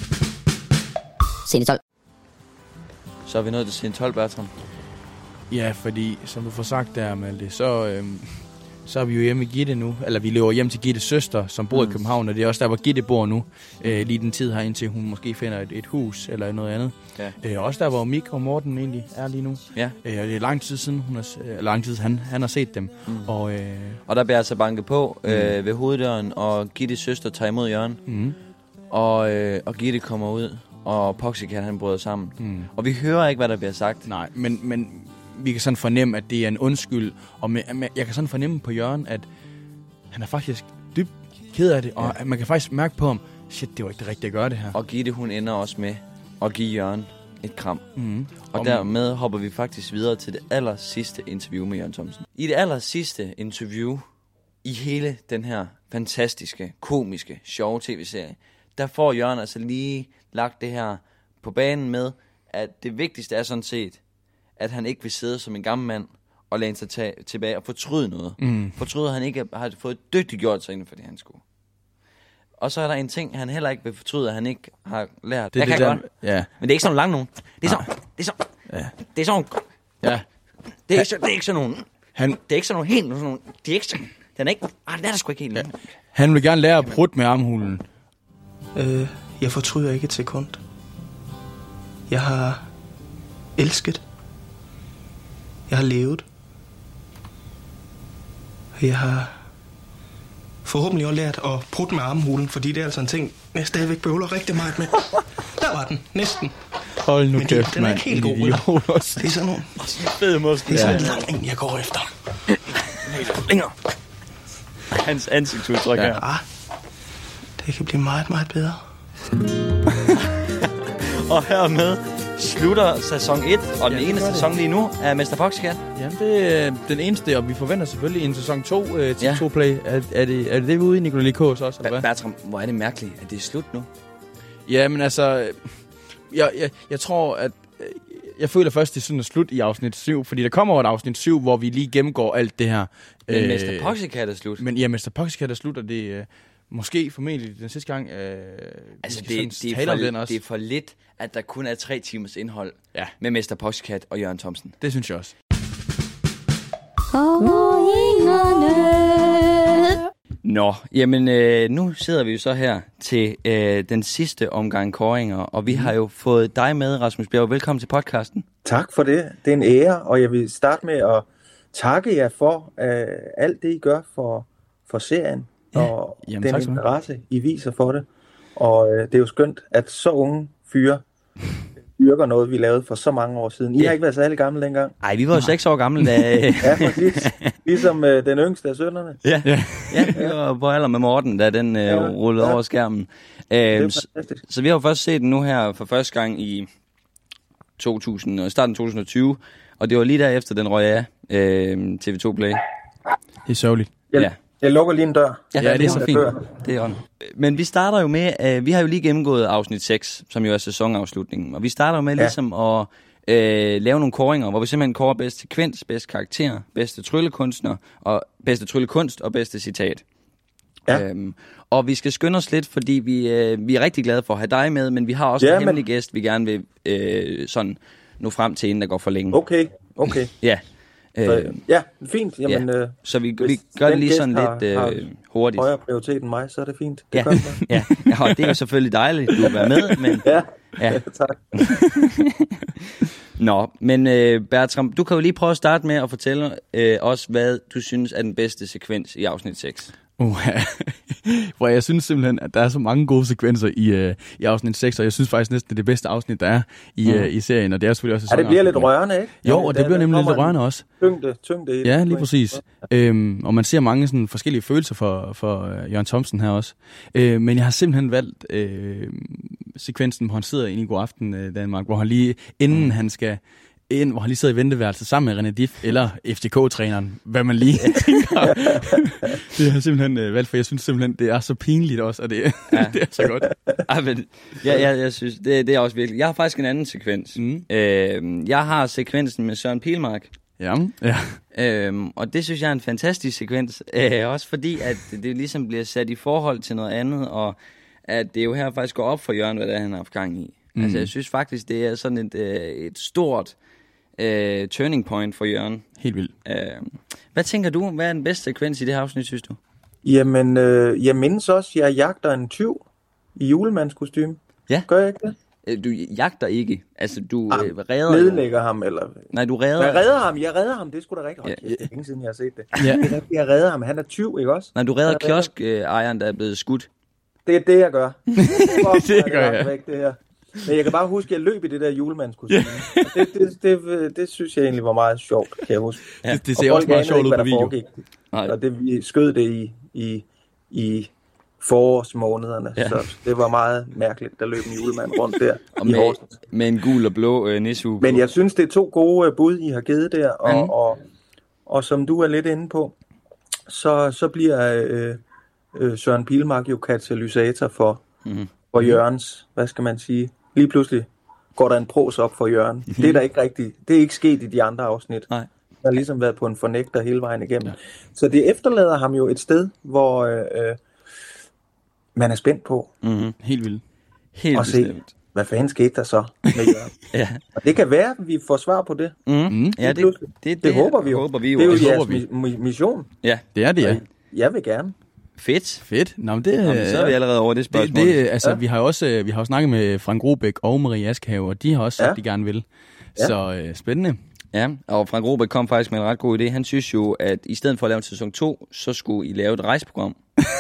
Scene 12. Så er vi nået til scene 12, Bertram. Ja, fordi, som du får sagt der, Malte, så er vi jo hjemme i Gitte nu. Eller vi løber hjem til Gittes søster, som bor i København, og det er også der, hvor Gitte bor nu. Lige den tid her, indtil hun måske finder et hus eller noget andet. Ja. Også der, hvor Mik og Morten egentlig er lige nu. Ja. Det er lang tid siden, han har set dem. Og der bliver altså banket på ved hoveddøren, og Gittes søster tager imod Jørgen. Og Gitte kommer ud. Og Poxycat, han bryder sammen. Og vi hører ikke, hvad der bliver sagt. Nej, men vi kan sådan fornemme, at det er en undskyld. Og jeg kan sådan fornemme på Jørgen, at han er faktisk dybt ked af det. Og man kan faktisk mærke på ham, shit, det var ikke det rigtige at gøre det her. Og Gitte, hun ender også med at give Jørgen et kram. Og dermed hopper vi faktisk videre til det aller sidste interview med Jørgen Thomsen. I det aller sidste interview i hele den her fantastiske, komiske, sjove tv-serie, der får Jørgen altså lige lagt det her på banen med, at det vigtigste er sådan set, at han ikke vil sidde som en gammel mand og læne sig tilbage og fortryde noget. Fortryde, at han ikke har fået dygtiggjort sig inden for det, han skulle. Og så er der en ting, han heller ikke vil fortryde, at han ikke har lært. Det kan godt. Ja. Men det er ikke sådan lang nogen. Det er sådan. Ja. Det er ikke sådan nogen. Det er ikke sådan nogen helt sådan nogen. Det er ikke sådan. Den er ikke. Det er der sgu ikke helt. Ja. Han vil gerne lære at prutte med armhulen. Jeg fortryder ikke et sekund. Jeg har elsket. Jeg har levet. Jeg har forhåbentlig også lært at prutte med armhulen, fordi det er altså en ting, jeg stadigvæk bøvler rigtig meget med. Der var den, næsten. Hold nu kæft, den er ikke helt god. Det er sådan nogle fede måske. Det er sådan en lang en, jeg går efter. Længere. Hans ansigtsudtryk her. Ja, det kan blive meget, meget bedre. Og hermed slutter sæson 1, og den ene sæson lige nu er Mr. Poxycat. Jamen, det er den eneste, og vi forventer selvfølgelig en sæson 2 til 2 play. Er det vi er ude i, Nicolai Kås også, eller hvad? Bertram, hvor er det mærkeligt, at det er slut nu? Ja, men altså, jeg tror, at jeg føler først, det er sådan slut i afsnit 7, fordi der kommer et afsnit 7, hvor vi lige gennemgår alt det her. Men Mr. Poxycat er slut. Men ja, Mr. Poxycat er slut, og det måske formentlig den sidste gang. Altså, det er for lidt, at der kun er 3 timers indhold med Mr. Poxycat og Jørgen Thomsen. Det synes jeg også. Nå, jamen nu sidder vi jo så her til den sidste omgang kåringer, og vi har jo fået dig med, Rasmus Bjerg. Velkommen til podcasten. Tak for det. Det er en ære, og jeg vil starte med at takke jer for alt det, I gør for serien, og den interesse, I viser for det. Og det er jo skønt, at så unge fyre dyrker noget, vi lavede for så mange år siden. I har ikke været særlig gamle dengang. Nej, vi var jo 6 år gamle, da... Ja, præcis. Ligesom den yngste af sønnerne. Ja, vi var på alder med Morten, da den rullede over skærmen. Så vi har jo først set den nu her for første gang i starten 2020, og det var lige derefter den røg af TV2 Play. Det er sørgeligt. Jeg lukker lige en dør. Ja, det er så fint. Det er men vi starter jo med, vi har jo lige gennemgået afsnit 6, som jo er sæsonafslutningen. Og vi starter jo med ligesom at lave nogle kåringer, hvor vi simpelthen kårer bedste sekvens, bedste karakter, bedste tryllekunstner, og bedste tryllekunst og bedste citat. Ja. Og vi skal skynde os lidt, fordi vi er rigtig glade for at have dig med, men vi har også en hemmelig gæst, vi gerne vil sådan nå frem til, inden der går for længe. Okay. Ja. Ja, fint. Jamen, så vi gør det lige sådan lidt hurtigt. Højere prioritet end mig, så er det fint. Ja, og det er jo selvfølgelig dejligt, at du vil være med. Men, ja, tak. Nå, men Bertram, du kan jo lige prøve at starte med at fortælle os, hvad du synes er den bedste sekvens i afsnit 6. Hvor jeg synes simpelthen, at der er så mange gode sekvenser i afsnit 6, og jeg synes faktisk næsten, det er det bedste afsnit, der er i serien, og det er selvfølgelig også sæsonafsnit. Det bliver lidt rørende, ikke? Jo, og det bliver nemlig lidt rørende også. Tyngde i det. Ja, lige præcis. Og man ser mange sådan forskellige følelser for Jørgen Thomsen her også. Men jeg har simpelthen valgt sekvensen, hvor han sidder inde i God Aften Danmark, hvor han lige, inden han skal ind, hvor han lige sidder i venteværelset sammen med René Dif eller FCK-træneren, hvad man lige tænker. Det har jeg simpelthen valgt, for jeg synes simpelthen, det er så pinligt også, og det er så godt. Jeg synes, det er også virkelig. Jeg har faktisk en anden sekvens. Jeg har sekvensen med Søren Pilmark. Ja. Og det synes jeg er en fantastisk sekvens. Også fordi, at det ligesom bliver sat i forhold til noget andet, og at det jo her faktisk går op for Jørgen, hvad det er, han har haft gang i. Altså, jeg synes faktisk, det er sådan et stort turning point for Jørgen. Helt vildt. Hvad tænker du? Hvad er den bedste sekvens i det her afsnit, synes du? Jamen, jeg mindes også, at jeg jagter en tyv i julemandskostyme. Ja. Gør jeg ikke det? Du jagter ikke. Altså, du redder... Nedlægger ham, eller... Nej, du redder... Jeg redder ham. Det er sgu da rigtigt. Det er længe siden, jeg har set det. Ja. Det er rigtigt, jeg redder ham. Han er tyv, ikke også? Nej, du redder kiosk-ejeren, der er blevet skudt. Det er det, jeg gør. Det gør jeg. Væk, det her. Men jeg kan bare huske, at jeg løb i det der julemandskostyme. Det synes jeg egentlig var meget sjovt, kan jeg huske. Ja. Det ser også meget sjovt ud på video. Og vi skød det i forårsmånederne, så det var meget mærkeligt, der løb en julemand rundt der. Og med en gul og blå nissehue. Men jeg synes, det er 2 gode bud, I har givet der, og som du er lidt inde på, så bliver Søren Pilmark jo katalysator for for Jørgens, hvad skal man sige, lige pludselig går der en pros op for Jørgen. Det er der ikke rigtigt. Det er ikke sket i de andre afsnit. Nej. Han har ligesom været på en fornægter hele vejen igennem. Ja. Så det efterlader ham jo et sted, hvor man er spændt på. Mm-hmm. Helt vildt. Helt og se, hvad fanden skete der så med Jørgen? Ja. Og det kan være, at vi får svar på det. Mm. Ja, det håber vi jo. Det er jo jeres mission. Ja, det er det, ja. Jeg vil gerne. Fedt. Nå, men det, så er vi allerede over det spørgsmål. Vi har jo snakket med Frank Robæk og Marie Askehave, og de har også sagt, at de gerne vil. Ja. Så spændende. Ja, og Frank Robæk kom faktisk med en ret god idé. Han synes jo, at i stedet for at lave en sæson 2, så skulle I lave et rejseprogram.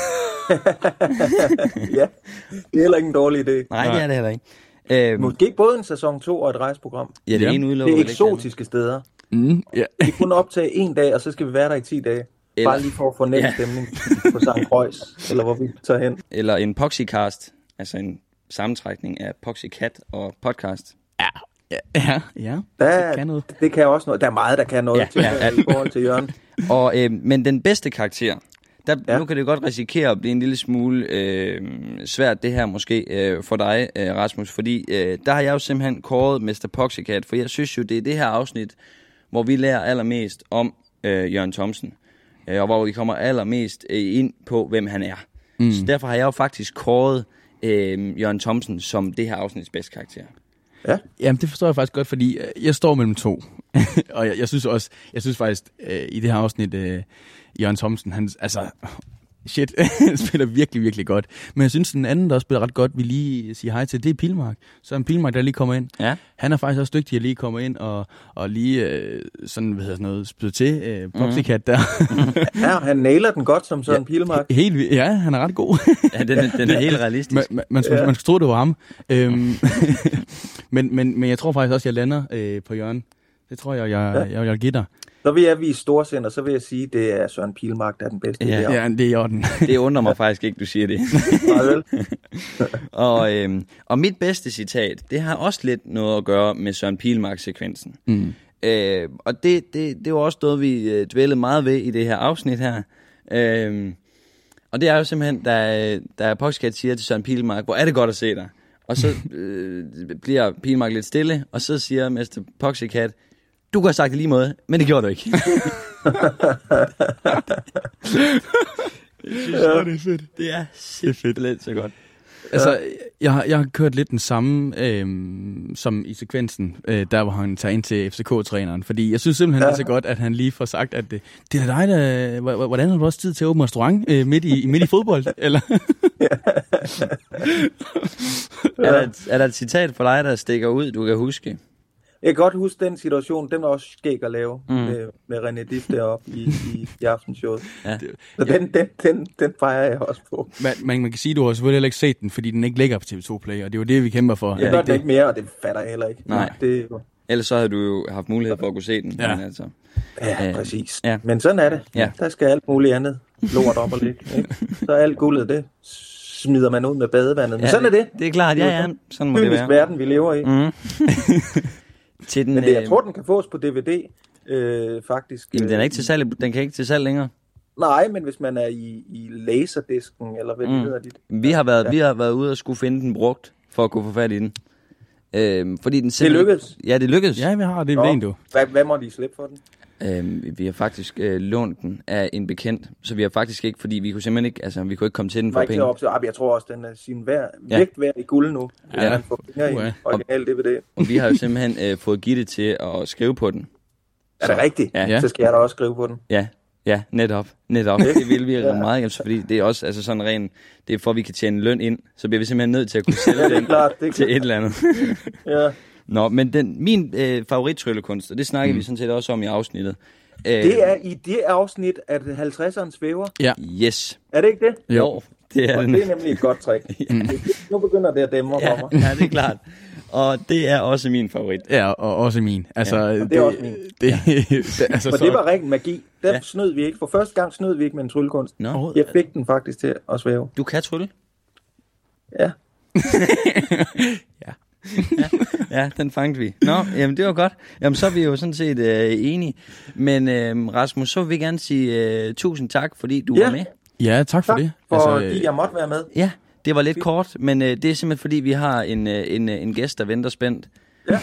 Ja, det er heller ikke en dårlig idé. Nej, det er det heller ikke. Måske både en sæson 2 og et rejseprogram. Ja, det er en udelukker. Det er eksotiske steder. Vi kun optage en dag, og så skal vi være der i 10 dage. Bare lige for at få nem stemning på St. Croix, eller hvor vi tager hen. Eller en Poxycast, altså en sammentrækning af Poxycat og podcast. Ja. Det kan noget. Det kan også noget. Der er meget, der kan noget i forhold til Jørgen. Og, men den bedste karakter, nu kan det godt risikere at blive en lille smule svært det her måske for dig, Rasmus, fordi der har jeg jo simpelthen kåret Mr. Poxycat, for jeg synes jo, det er det her afsnit, hvor vi lærer allermest om Jørgen Thomsen, og hvor vi kommer allermest ind på, hvem han er. Så derfor har jeg jo faktisk kåret Jørgen Thomsen som det her afsnits bedste karakter. Ja. Jamen, det forstår jeg faktisk godt, fordi jeg står mellem to. Og jeg synes faktisk, i det her afsnit, Jørgen Thomsen, han spiller virkelig, virkelig godt. Men jeg synes, den anden, der også spiller ret godt, vi lige siger hej til, det er Pilmark. Så en Pilmark, der lige kommer ind. Ja. Han er faktisk også dygtig at lige komme ind og lige spyde til Poxycat der. Ja, han nailer den godt som sådan en Pilmark. Ja, han er ret god. Ja, den er helt realistisk. Man skal tro, det var ham. Men jeg tror faktisk også, jeg lander på Jørgen. Det tror jeg giver dig. Så vil jeg vise storcenter, så vil jeg sige, det er Søren Pilmark, der er den bedste. Ja, det er i orden. Det undrer mig faktisk ikke, du siger det. Og mit bedste citat, det har også lidt noget at gøre med Søren Pilmark-sekvensen. Og det var også noget, vi dvælede meget ved i det her afsnit her. Og det er jo simpelthen, da Poxycat siger til Søren Pilmark, hvor er det godt at se dig? Og så bliver Pilmark lidt stille, og så siger Mr. Poxycat, du kunne have sagt det lige måde, men det gjorde du ikke. Det er fedt. Det er simpelthen så godt. Altså, jeg har kørt lidt den samme som i sekvensen, der hvor han tager ind til FCK-træneren. Fordi jeg synes simpelthen, det er så godt, at han lige får sagt, at det er dig, der... Hvordan har du også tid til at åbne restaurant midt i fodbold? Eller? Er der et citat for dig, der stikker ud, du kan huske? Jeg kan godt huske den situation, den var også skæg at lave med René Diff deroppe i aftenshowet. Ja. Så den fejrer jeg også på. Man kan sige, at du har selvfølgelig heller ikke set den, fordi den ikke ligger på TV2 Play, og det er jo det, vi kæmper for. Jeg gør den ikke mere, og det fatter jeg heller ikke. Nej. Ellers så havde du jo haft mulighed for at kunne se den. Ja, men altså. Ja præcis. Ja. Men sådan er det. Ja. Der skal alt muligt andet lort op og ligge. Så alt guldet, det smider man ud med badevandet. Men sådan er det. Det er klart, ja. Sådan må det være. Verden, vi lever i. Men jeg tror, den kan fås på DVD, faktisk. Jamen, den kan ikke til salg længere. Nej, men hvis man er i laserdisken, eller hvad det hedder dit. Vi har været ude og skulle finde den brugt, for at kunne få fat i den. Fordi den det lykkedes? Ja, det lykkedes. Ja, vi har det en du. Hvad må de slippe for den? Vi har faktisk lånt den af en bekendt, så vi har faktisk ikke, fordi vi kunne simpelthen ikke, altså vi kunne ikke komme til den for penge. Jeg tror også, den er sin vægt værd i guld nu. Ja. Man får fingre i original DVD. Og vi har jo simpelthen fået Gitte til at skrive på den. Er det rigtigt? Ja. Så skal jeg da også skrive på den. Ja, netop. Det vil vi meget gerne, fordi det er også altså sådan ren, det er for at vi kan tjene løn ind, så bliver vi simpelthen nødt til at kunne sælge den til et eller andet. Ja. Nå, men min favorittryllekunst, og det snakker vi sådan set også om i afsnittet. Det er i det afsnit, at 50'eren svæver? Ja. Yes. Er det ikke det? Jo, det er det er nemlig et godt trick. Nu begynder det at dæmre for mig. Ja, det er klart. Og det er også min favorit. Ja, og også min. Altså, og det er også min. Altså, for det var ren magi. Den snød vi ikke. For første gang snød vi ikke med en tryllekunst. Jeg fik den faktisk til at svæve. Du kan trylle? Ja. Ja, den fangede vi. Nå, jamen det var godt. Jamen så er vi jo sådan set enige. Men Rasmus, så vil vi gerne sige tusind tak, fordi du var med. Ja, tak for det. Fordi jeg måtte være med. Ja, Det var lidt kort, men det er simpelthen fordi, vi har en gæst, der venter spændt. Ja.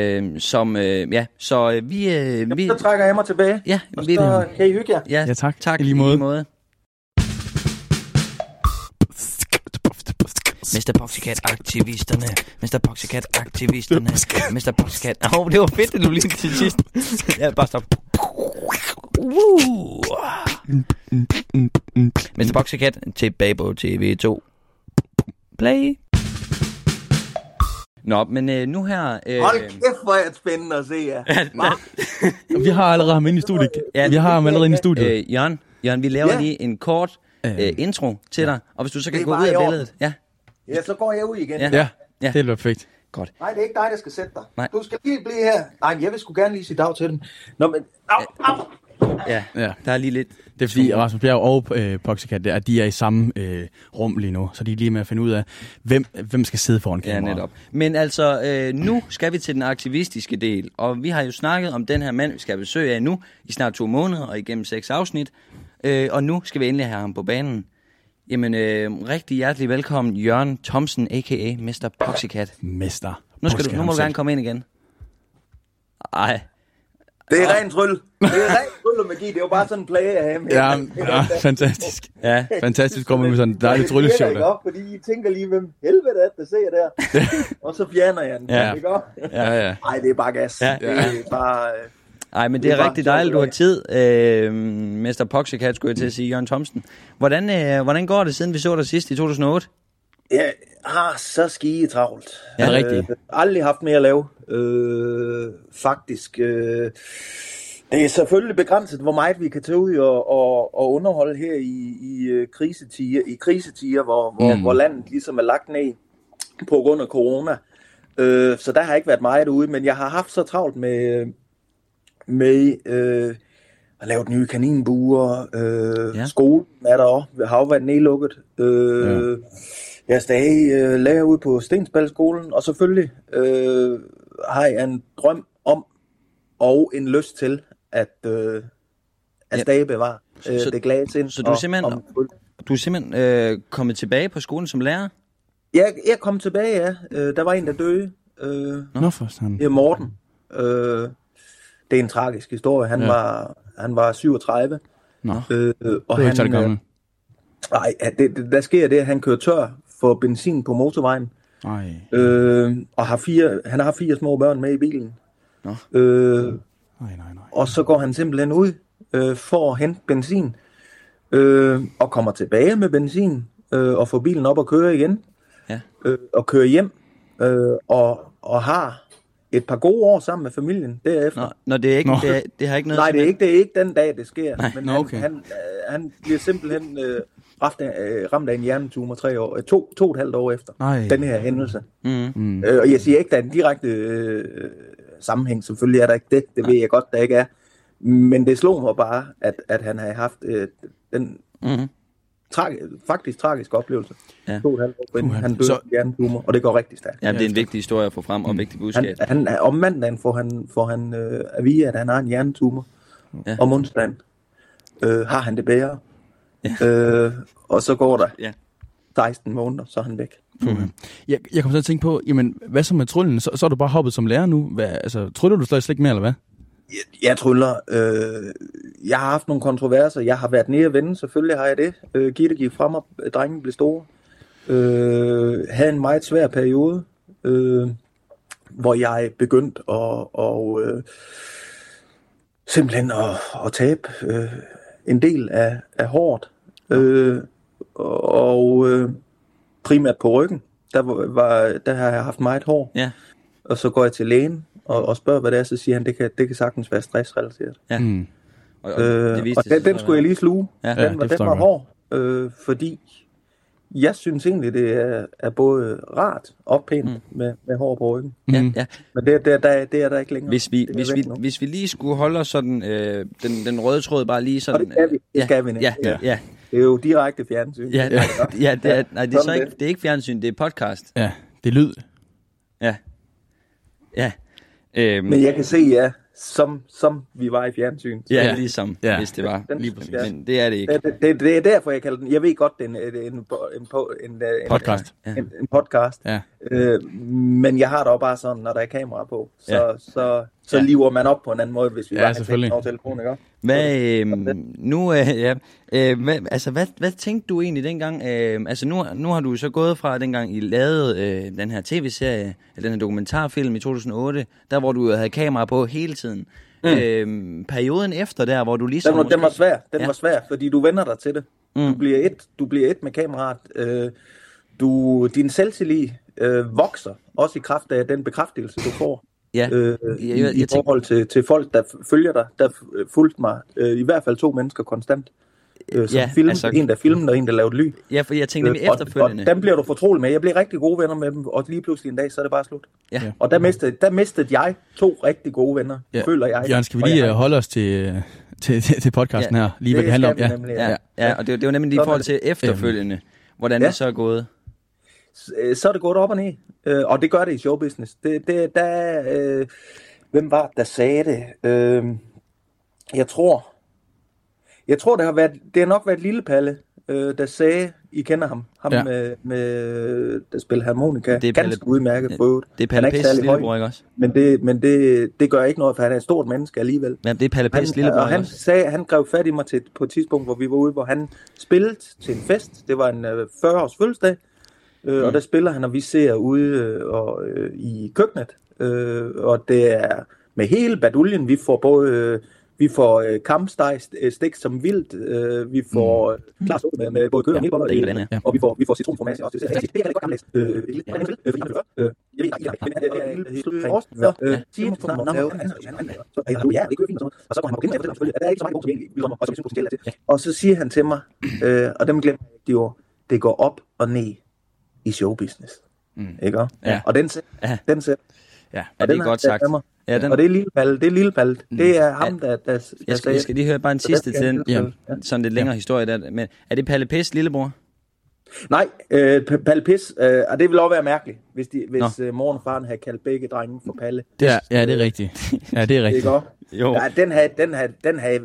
Så vi... Så trækker jeg mig tilbage, ja, og så kan I hygge jer. Ja, tak. Tak i lige måde. Mr. Poxycat-aktivisterne. Mr. Poxycat-aktivisterne. Mr. Poxycat... det var fedt, at du lige til sidst. Ja, bare stop. Mr. Poxycat tilbage på TV2. Play. Nå, men nu her... Hold kæft, hvor er det spændende at se jer. Vi har allerede ham inde i studiet. Vi har ham allerede inde i studiet. Jørgen, vi laver lige en kort intro til dig. Og hvis du så kan gå ud af billedet. Ja, så går jeg ud igen. Ja, det er perfekt. Godt. Nej, det er ikke dig, der skal sætte dig. Nej. Du skal lige blive her. Nej, jeg vil sgu gerne lige sige dag til dem. Nå, men... Au. Ja, der er lige lidt... Det er fordi Rasmus Bjerg og Poxycat, de er i samme rum lige nu, så de er lige med at finde ud af, hvem skal sidde foran kameraet. Ja, netop. Men altså, nu skal vi til den aktivistiske del, og vi har jo snakket om den her mand, vi skal besøge af nu, i snart 2 måneder og igennem 6 afsnit, og nu skal vi endelig have ham på banen. Jamen, rigtig hjertelig velkommen, Jørgen Thomsen, a.k.a. Mr. Poxycat. Mester. Nu må du gerne komme ind igen. Ej. Det er ren tryl. Det er ren tryl og magi. Det er jo bare sådan en plage af ham. Ja, fantastisk. Ja, fantastisk kommer med sådan en dejlig trylleshow der. Op, fordi I tænker lige, hvem helvede er det, ser der. Og så fjerner jeg den. Ja. Ja. Ej, det er bare gas. Ja. Det er bare... Ej, men det er rigtig dejligt, du har tid, Mr. Poxycat, skulle jeg til at sige, Jørgen Thomsen. Hvordan går det, siden vi så dig sidst i 2008? Jeg har så skide travlt. Ja, det er rigtigt. Aldrig haft mere at lave. Faktisk. Det er selvfølgelig begrænset, hvor meget vi kan tage ud og underholde her i krisetider, hvor landet ligesom er lagt ned på grund af corona. Så der har ikke været meget ude, men jeg har haft så travlt med at lave nye kaninbuer. Skolen er der også. Har jo været nedlukket. Jeg er stadig lærer ude på Stensbalskolen, og selvfølgelig har jeg en drøm om og en lyst til at stadig bevare det glade sind. Så du er simpelthen kommet tilbage på skolen som lærer? Jeg kom tilbage, ja. Der var en, der døde. Det er Morten. Det er en tragisk historie. Han var 37. Og det er ikke gammel. Nej, der sker det, at han kører tør for benzin på motorvejen. Og han har 4 små børn med i bilen. Og så går han simpelthen ud for at hente benzin. Og kommer tilbage med benzin. Og får bilen op og kører igen. Og kører hjem. Og har et par gode år sammen med familien derefter. Nå, det er ikke, det har ikke noget... Nej, det er ikke den dag, det sker. Nej. Men han bliver simpelthen ramt af en hjernetumor 2,5 år efter den her hændelse. Og jeg siger ikke, der er en direkte sammenhæng. Selvfølgelig er der ikke det. Det ved jeg godt, der ikke er. Men det slog mig bare, at han havde haft den faktisk tragisk oplevelse. 2,5 år inden han døde af hjernetumor, og det går rigtig stærkt. Ja, det er en vigtig historie at få frem, og en vigtig budskab. Om mandagen får han at vide, at han har en hjernetumor. Om onsdagen har han det bedre. Og så går der 16 måneder, så er han væk. Jeg kom til at tænke på, jamen, hvad så med tryllen? Så er du bare hoppet som lærer nu. Tryller du slet ikke mere, eller hvad? Jeg tryller. Jeg har haft nogle kontroverser. Jeg har været nede at vende, selvfølgelig har jeg det. Gitte gik frem, og drengen blev store. Havde en meget svær periode, hvor jeg begyndte at simpelthen at tabe en del af håret. Primært på ryggen. Der har jeg haft meget hår. Ja. Og så går jeg til lægen og spørger, hvad det er, så siger han, det kan sagtens være stressrelateret. Ja. Den skulle jeg lige sluge. Ja. Den var hård, fordi jeg synes egentlig, det er både rart og pænt med hår på ryggen. Ja. Men det er der ikke længere. Hvis vi lige skulle holde os sådan, den røde tråd bare lige sådan... Og det skal vi. Ja. Det er jo direkte fjernsyn. Det er så ikke, det er ikke fjernsyn, det er podcast. Ja, det er lyd. Ja. Men jeg kan se, som vi var i fjernsyn. Ja, ligesom, hvis det var. Lige præcis. Men det er det ikke. Det er derfor, jeg kalder den. Jeg ved godt, det er en podcast. En podcast. Ja. Men jeg har det også bare sådan, når der er kamera på, så liver man op på en anden måde, hvis vi bare har tænkt over telefonen, ikke? Hvad tænkte du egentlig dengang? Nu har du så gået fra dengang I lavede den her tv-serie, den her dokumentarfilm i 2008, der hvor du havde kamera på hele tiden. Perioden efter der, hvor du ligesom... Den var svær, fordi du vender dig til det. Du bliver et med kameraet. Din selvtillid vokser, også i kraft af den bekræftelse, du får. Ja. I forhold til folk, der følger dig, der fulgte mig, i hvert fald 2 mennesker konstant. En, der filmede, og en, der lavede lyd. Ja, for jeg tænkte nemlig efterfølgende. Og dem bliver du fortrolig med. Jeg bliver rigtig gode venner med dem, og lige pludselig en dag, så er det bare slut. Ja. Og der mistede jeg 2 rigtig gode venner, føler jeg. Jørgen, skal vi lige holde os til podcasten her, lige hvad det handler om? Ja, og det var nemlig lige i forhold til efterfølgende, hvordan det så er gået. Så er det gået op og ned, og det gør det i showbusiness. Hvem var det, der sagde det? Jeg tror, det har nok været Lille Palle, der sagde, I kender ham med der spiller harmonika, det er ganske udmærket for øvrigt. Det er Palle P's lillebror, ikke også? Men det gør ikke noget, for han er et stort menneske alligevel. Ja, det er Palle P's lillebror, og han greb fat i mig på et tidspunkt, hvor vi var ude, hvor han spillede til en fest. Det var en 40-års fødselsdag. Og der spiller han, og vi ser ude i køkkenet, og det er med hele baduljen. Vi får kampsteg stik som vildt, vi får klar suppe med både kød og melboller, og vi får citronformage også. Det er rigtig godt gammeldags. Og så siger han til mig, og dem glemmer jeg, det går op og ned i showbusiness. Ikke? Ja. Og den sæt. Ja, det er godt sagt. Ja, og det er Lille Palle. Det er ham, der jeg skal lige høre bare en sidste til den, sådan lidt længere historie der. Men er det Palle P's lillebror? Nej, Palle P's, og det vil også være mærkeligt, hvis moren og faren havde kaldt begge drenge for Palle. Det er rigtigt. Ja, det er rigtigt. Jo. Ja, den havde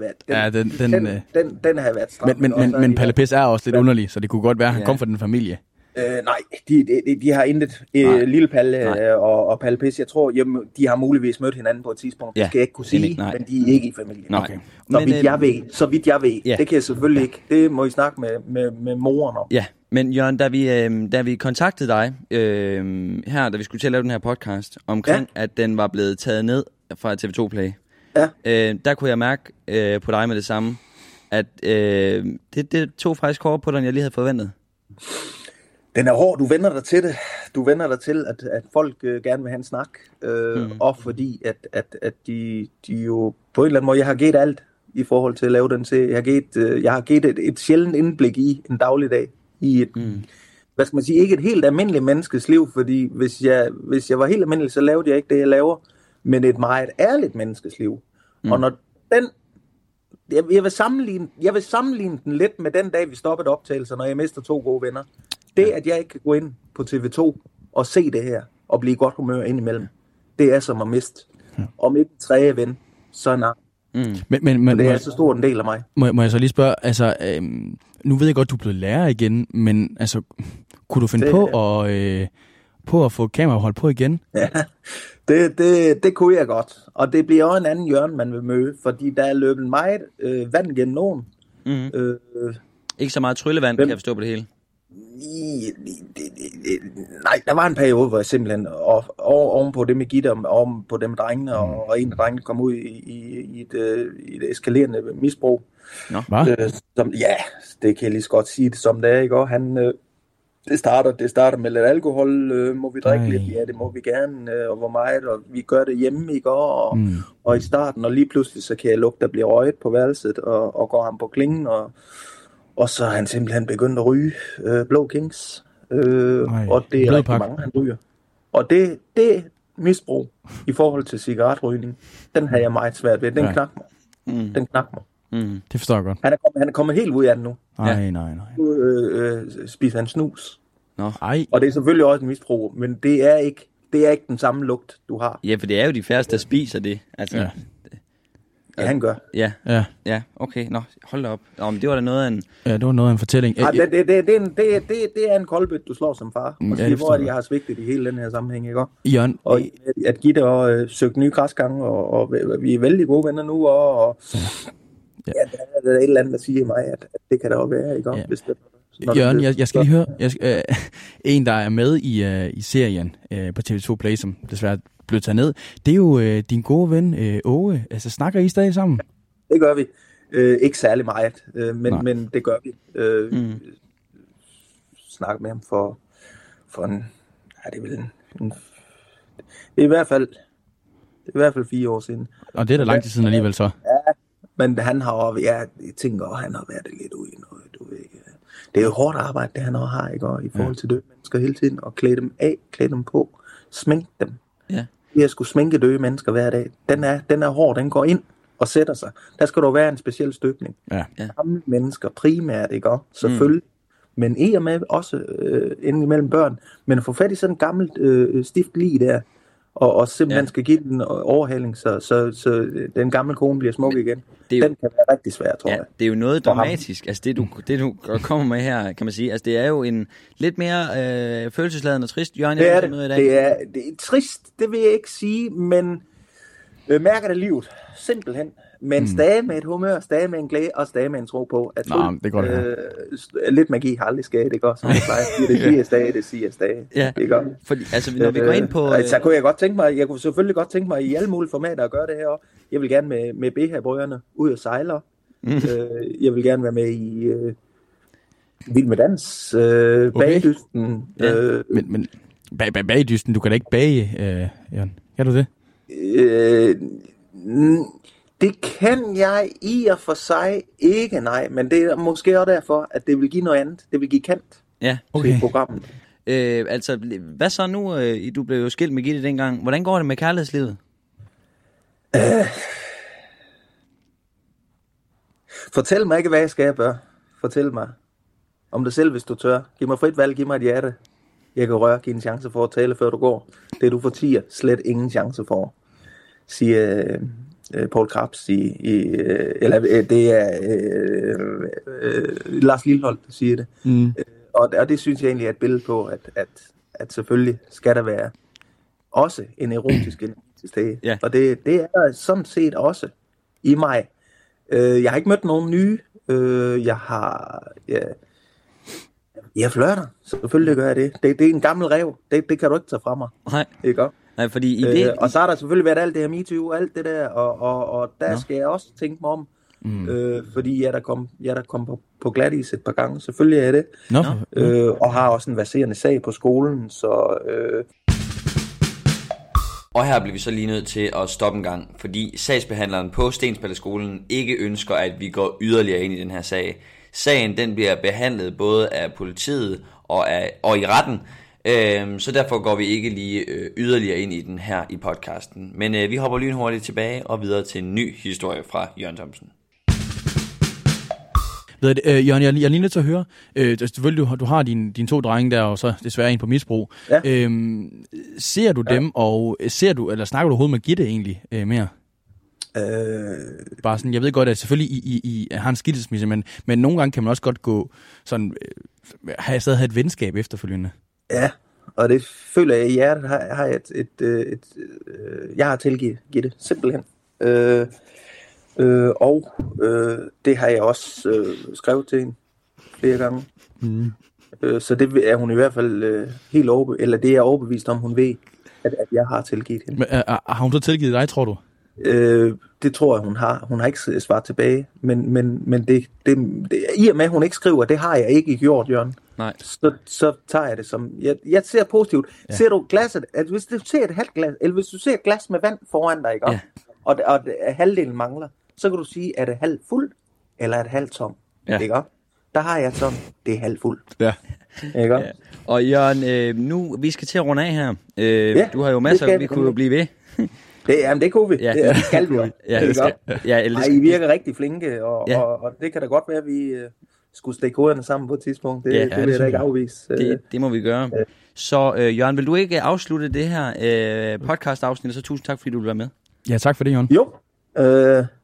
været stram. Men Palle P's er også lidt underlig, så det kunne godt være, at han kom fra den familie. Nej, de har intet. Lille Palle og Palle P's, jeg tror, de har muligvis mødt hinanden på et tidspunkt. Det skal jeg ikke kunne sige, men de er ikke i familien. Okay. Så vidt jeg ved. Det kan jeg selvfølgelig ikke. Det må I snakke med moren om. Ja, men Jørgen, da vi kontaktede dig her, da vi skulle til at lave den her podcast, omkring at den var blevet taget ned fra TV2 Play, der kunne jeg mærke på dig med det samme, at det tog faktisk hårdt på dig, end jeg lige havde forventet. Den er hård, du vender dig til det. Du vender dig til, at folk gerne vil have en snak. Og fordi, at de jo på en eller anden måde, jeg har givet alt i forhold til at lave den serie. Jeg har givet et sjældent indblik i en dagligdag. I et, hvad skal man sige, ikke et helt almindeligt menneskes liv, fordi hvis jeg var helt almindelig, så lavede jeg ikke det, jeg laver, men et meget ærligt menneskes liv. Og når den, jeg vil sammenligne den lidt med den dag, vi stoppede optagelser, når jeg mister 2 gode venner. Det, at jeg ikke kan gå ind på TV2 og se det her, og blive i godt humør indimellem, det er som at miste. Om ikke en tredje ven, så nej. Men det er så stor en del af mig. Må jeg så lige spørge, altså, nu ved jeg godt, du er blevet lærer igen, men altså, kunne du finde på at få kamera holdt på igen? Ja, det kunne jeg godt. Og det bliver også en anden hjørne, man vil møde, fordi der er løbet meget vand gennem åen. Ikke så meget tryllevand, kan jeg forstå på det hele. Nej, der var en periode, hvor jeg simpelthen ovenpå det med Gitter, ovenpå det med drengene, og en af drengene kom ud i et eskalerende misbrug. Det kan jeg lige så godt sige det som det er, ikke? Og han, det starter med lidt alkohol, må vi drikke lidt? Ja, det må vi gerne, og hvor meget, og vi gør det hjemme, ikke? Og i starten, og lige pludselig, så kan jeg lugte, der bliver røget på værelset, og går ham på klingen, og så er han simpelthen begyndt at ryge Blå Kings. Og det er rigtig mange, han ryger. Og det misbrug i forhold til cigaretrygning, den har jeg meget svært ved. Den knap mig. Den knap mig. Det forstår jeg godt. Han er kommet helt ud af den nu. Nej. Nu spiser han snus. Nej. Og det er selvfølgelig også et misbrug, men det er ikke den samme lugt, du har. Ja, for det er jo de færreste, der spiser det. Altså, Ja, han gør. Ja, okay. Nå, hold da op. Nå, men det var da noget af en... Ja, det var noget af en fortælling. Ja, det er en koldbøt, du slår som far. Og det hvor jeg har svigtet i hele den her sammenhæng, ikke? Jørgen, og at Gitte og søgt nye græsgange, og vi er vældig gode venner nu, og der er et eller andet, der siger mig, at det kan der også være, ikke? Hvis det, Jørgen, jeg skal lige høre, en, der er med i serien på TV2 Play, som desværre blev taget ned, det er jo din gode ven, Åge. Altså, snakker I stadig sammen? Det gør vi. Ikke særlig meget, men det gør vi. Snakker med ham for en... Ja, det er vel en det er i hvert fald 4 år siden. Og det er da lang tid siden alligevel så. Ja, men han har jeg tænker, han har været lidt ude i noget, du ved ikke. Det er jo hårdt arbejde, det han også har, ikke? Og i forhold til døde mennesker hele tiden, og klæde dem af, klæde dem på, sminke dem. Ja. Jeg skulle sminke døde mennesker hver dag. Den er hård, den går ind og sætter sig. Der skal der være en speciel støbning. Ja. Gamle mennesker primært, ikke? Og selvfølgelig. Men i og med også indimellem børn. Men at få fat i sådan en gammelt stift lig der, og simpelthen skal give den overhaling, så den gamle kone bliver smuk igen. Den kan være rigtig svær, tror jeg. Det er jo noget dramatisk. Altså det du kommer med her, kan man sige. Altså det er jo en lidt mere følelsesladen og trist. Jørgen, det er det er trist, det vil jeg ikke sige, men mærker det livet, simpelthen. Men stadig med et humør, stadig med en glæde, og stadig med en tro på, at lidt magi har aldrig skadet, ikke også? Som jeg plejer. Det siger stadig. Ja, fordi, altså når vi går ind på... Så kunne jeg kunne selvfølgelig godt tænke mig i alle mulige formater at gøre det her også. Jeg vil gerne med BH-brødrene ud og sejle. Jeg vil gerne være med i Vild med Dans, Bagdysten. Men Bagdysten, du kan da ikke bage, Jørgen. Kan du det? Det kan jeg i og for sig ikke, nej. Men det er måske også derfor, at det vil give noget andet. Det vil give kant til programmet. Altså, hvad så nu? Du blev jo skilt med Gitte dengang. Hvordan går det med kærlighedslivet? Fortæl mig ikke, hvad jeg skal gøre. Fortæl mig om dig selv, hvis du tør. Giv mig frit valg, giv mig et hjerte. Jeg kan røre, give en chance for at tale, før du går. Det du fortier, slet ingen chance for. Siger Poul Krebs eller det er Lars Lilholt, der siger det. Og det synes jeg egentlig er et billede på, at selvfølgelig skal der være også en erotisk energi til stede. Yeah. Og det er sådan set også i mig. Jeg har ikke mødt nogen nye. Jeg flirter. Selvfølgelig gør jeg det. Det er en gammel ræv. Det kan du ikke tage fra mig. Nej. Ikke? Nej, fordi i det... og så har der selvfølgelig været alt det her MeToo, alt det der, og der skal jeg også tænke mig om, fordi jeg der kom på glatis et par gange, selvfølgelig er det, og har også en verserende sag på skolen, så... Og her bliver vi så lige nødt til at stoppe en gang, fordi sagsbehandleren på Stensballeskolen ikke ønsker, at vi går yderligere ind i den her sag. Sagen den bliver behandlet både af politiet og i retten, så derfor går vi ikke lige yderligere ind i den her i podcasten. Men vi hopper lynhurtigt tilbage og videre til en ny historie fra Jørgen Thomsen. Jørgen, jeg er lige nødt til at høre. Selvfølgelig, du har dine 2 drenge der, og så desværre en på misbrug. Ja. Ser du dem, og eller snakker du overhovedet med Gitte egentlig mere? Bare sådan, jeg ved godt, at selvfølgelig I har en skilsmisse, men nogle gange kan man også godt gå sådan, have et venskab efterfølgende. Ja, og det føler jeg i hjertet, har jeg jeg har tilgivet Gitte, simpelthen. Og det har jeg også skrevet til hende flere gange. Så det er hun i hvert fald helt eller det er jeg overbevist om, hun ved, at jeg har tilgivet hende. Men, har hun så tilgivet dig, tror du? Det tror jeg, hun har. Hun har ikke svaret tilbage, men det i og med, at hun ikke skriver, det har jeg ikke gjort, Jørgen. Nej. Så tager jeg det som... Jeg ser positivt. Ja. Ser du glasset... At hvis du ser et halvt glas, eller hvis du ser et glas med vand foran dig, ikke? Ja. Og halvdelen mangler, så kan du sige, er det halvt fuld, eller er det halvt tom? Ja. Ikke? Der har jeg sådan, det er halvt fuld. Ja. Ikke? Ja. Og Jørgen, nu vi skal til at runde af her. Du har jo masser, vi kunne jo blive ved. Det kunne vi. Ja. Det skal vi jo. I virker rigtig flinke, og det kan da godt være, at vi skulle stikke hovederne sammen på et tidspunkt. Det vil jeg da ikke afvise. Det må vi gøre. Så Jørgen, vil du ikke afslutte det her podcast-afsnit, så tusind tak, fordi du vil være med. Ja, tak for det, Jørgen. Jo.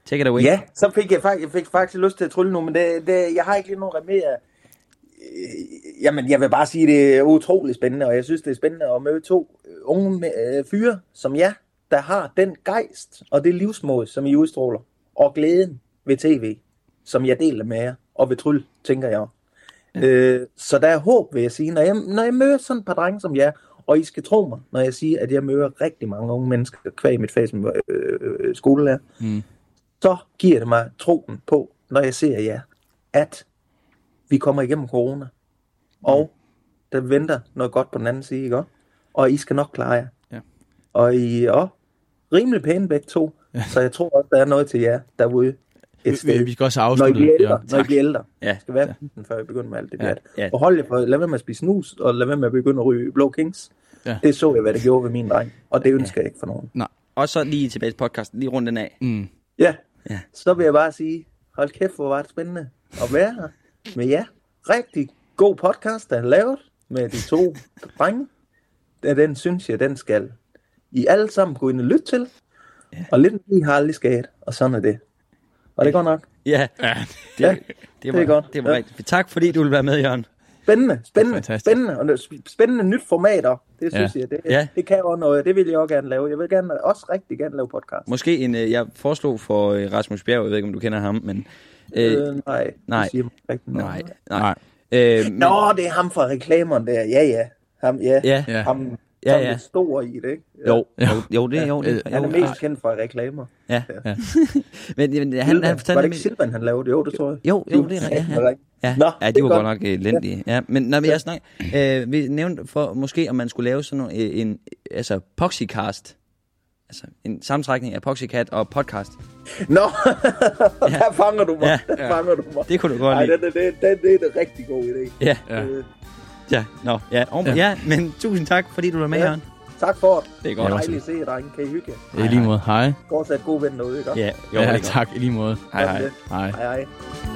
Take it away. Ja, så fik jeg fik faktisk lyst til at trylle nu, men jeg har ikke lige nogen remedier. Jamen, jeg vil bare sige, det er utroligt spændende, og jeg synes, det er spændende at møde 2 unge fyre som jer, der har den gejst og det livsmod, som I udstråler, og glæden ved tv, som jeg deler med jer, og ved trylle, tænker jeg. Så der er håb, vil jeg sige, når jeg møder sådan et par drenge som jer, og I skal tro mig, når jeg siger, at jeg møder rigtig mange unge mennesker, kvæg mit fag som skolelærer, så giver det mig troen på, når jeg ser jer, at vi kommer igennem corona, og der venter noget godt på den anden side, ikke? Og I skal nok klare jer. Ja. Og I er rimelig pæne begge 2, så jeg tror også, der er noget til jer derude. Vi skal også afslutte. Når I bliver ældre. Ja. Det skal være 15, før I begynder med alt det der. Og hold jer for, lad være med at spise snus, og lad være med at begynde at ryge Blå Kings. Ja. Det så jeg, hvad det gjorde ved min dreng, og det ønsker jeg ikke for nogen. Nej. Og så lige tilbage til podcasten, lige rundt den af. Ja, så vil jeg bare sige, hold kæft, hvor var det spændende at være her med jer. Rigtig god podcast, der er lavet med de 2 drenge. Den synes jeg, den skal I alle sammen gå ind og lytte til. Og lidt I har aldrig skadet, og sådan er det. Og det går nok. Ja, det var godt. Det var rigtigt. Tak fordi du ville være med, Jørgen. Spændende. Og spændende nyt formater. Det synes jeg, det kan også noget. Det vil jeg også gerne lave. Jeg vil også rigtig gerne lave podcast. Måske jeg foreslog for Rasmus Bjerg, jeg ved ikke, om du kender ham, men... Nej. Nej. Nå, det er ham fra reklameren der. Ja. Ham er stor i det, ikke? Jo, det. Han er mest kendt fra reklamer. Ja. Men han fortalte... Var det ikke Silvan, han lavede? Jo, det tror jeg. Jo, det er rigtigt. Ja, de var godt nok elendige. Ja, men når vi vi nævnte for måske, om man skulle lave sådan en Poxycast. Altså en sammentrækning af Poxycat og podcast. Nå, der fanger du mig. Det kunne du godt lide. Nej, det er en rigtig god idé. Ja, men tusind tak, fordi du var med, Jørgen. Tak for det. Det er godt. Dejligt at se jer, drenge. Kan I hygge jer? I lige måde. Hej. Fortsat gode venner derude, ikke? Ja, tak. I lige måde. Hej. Hej.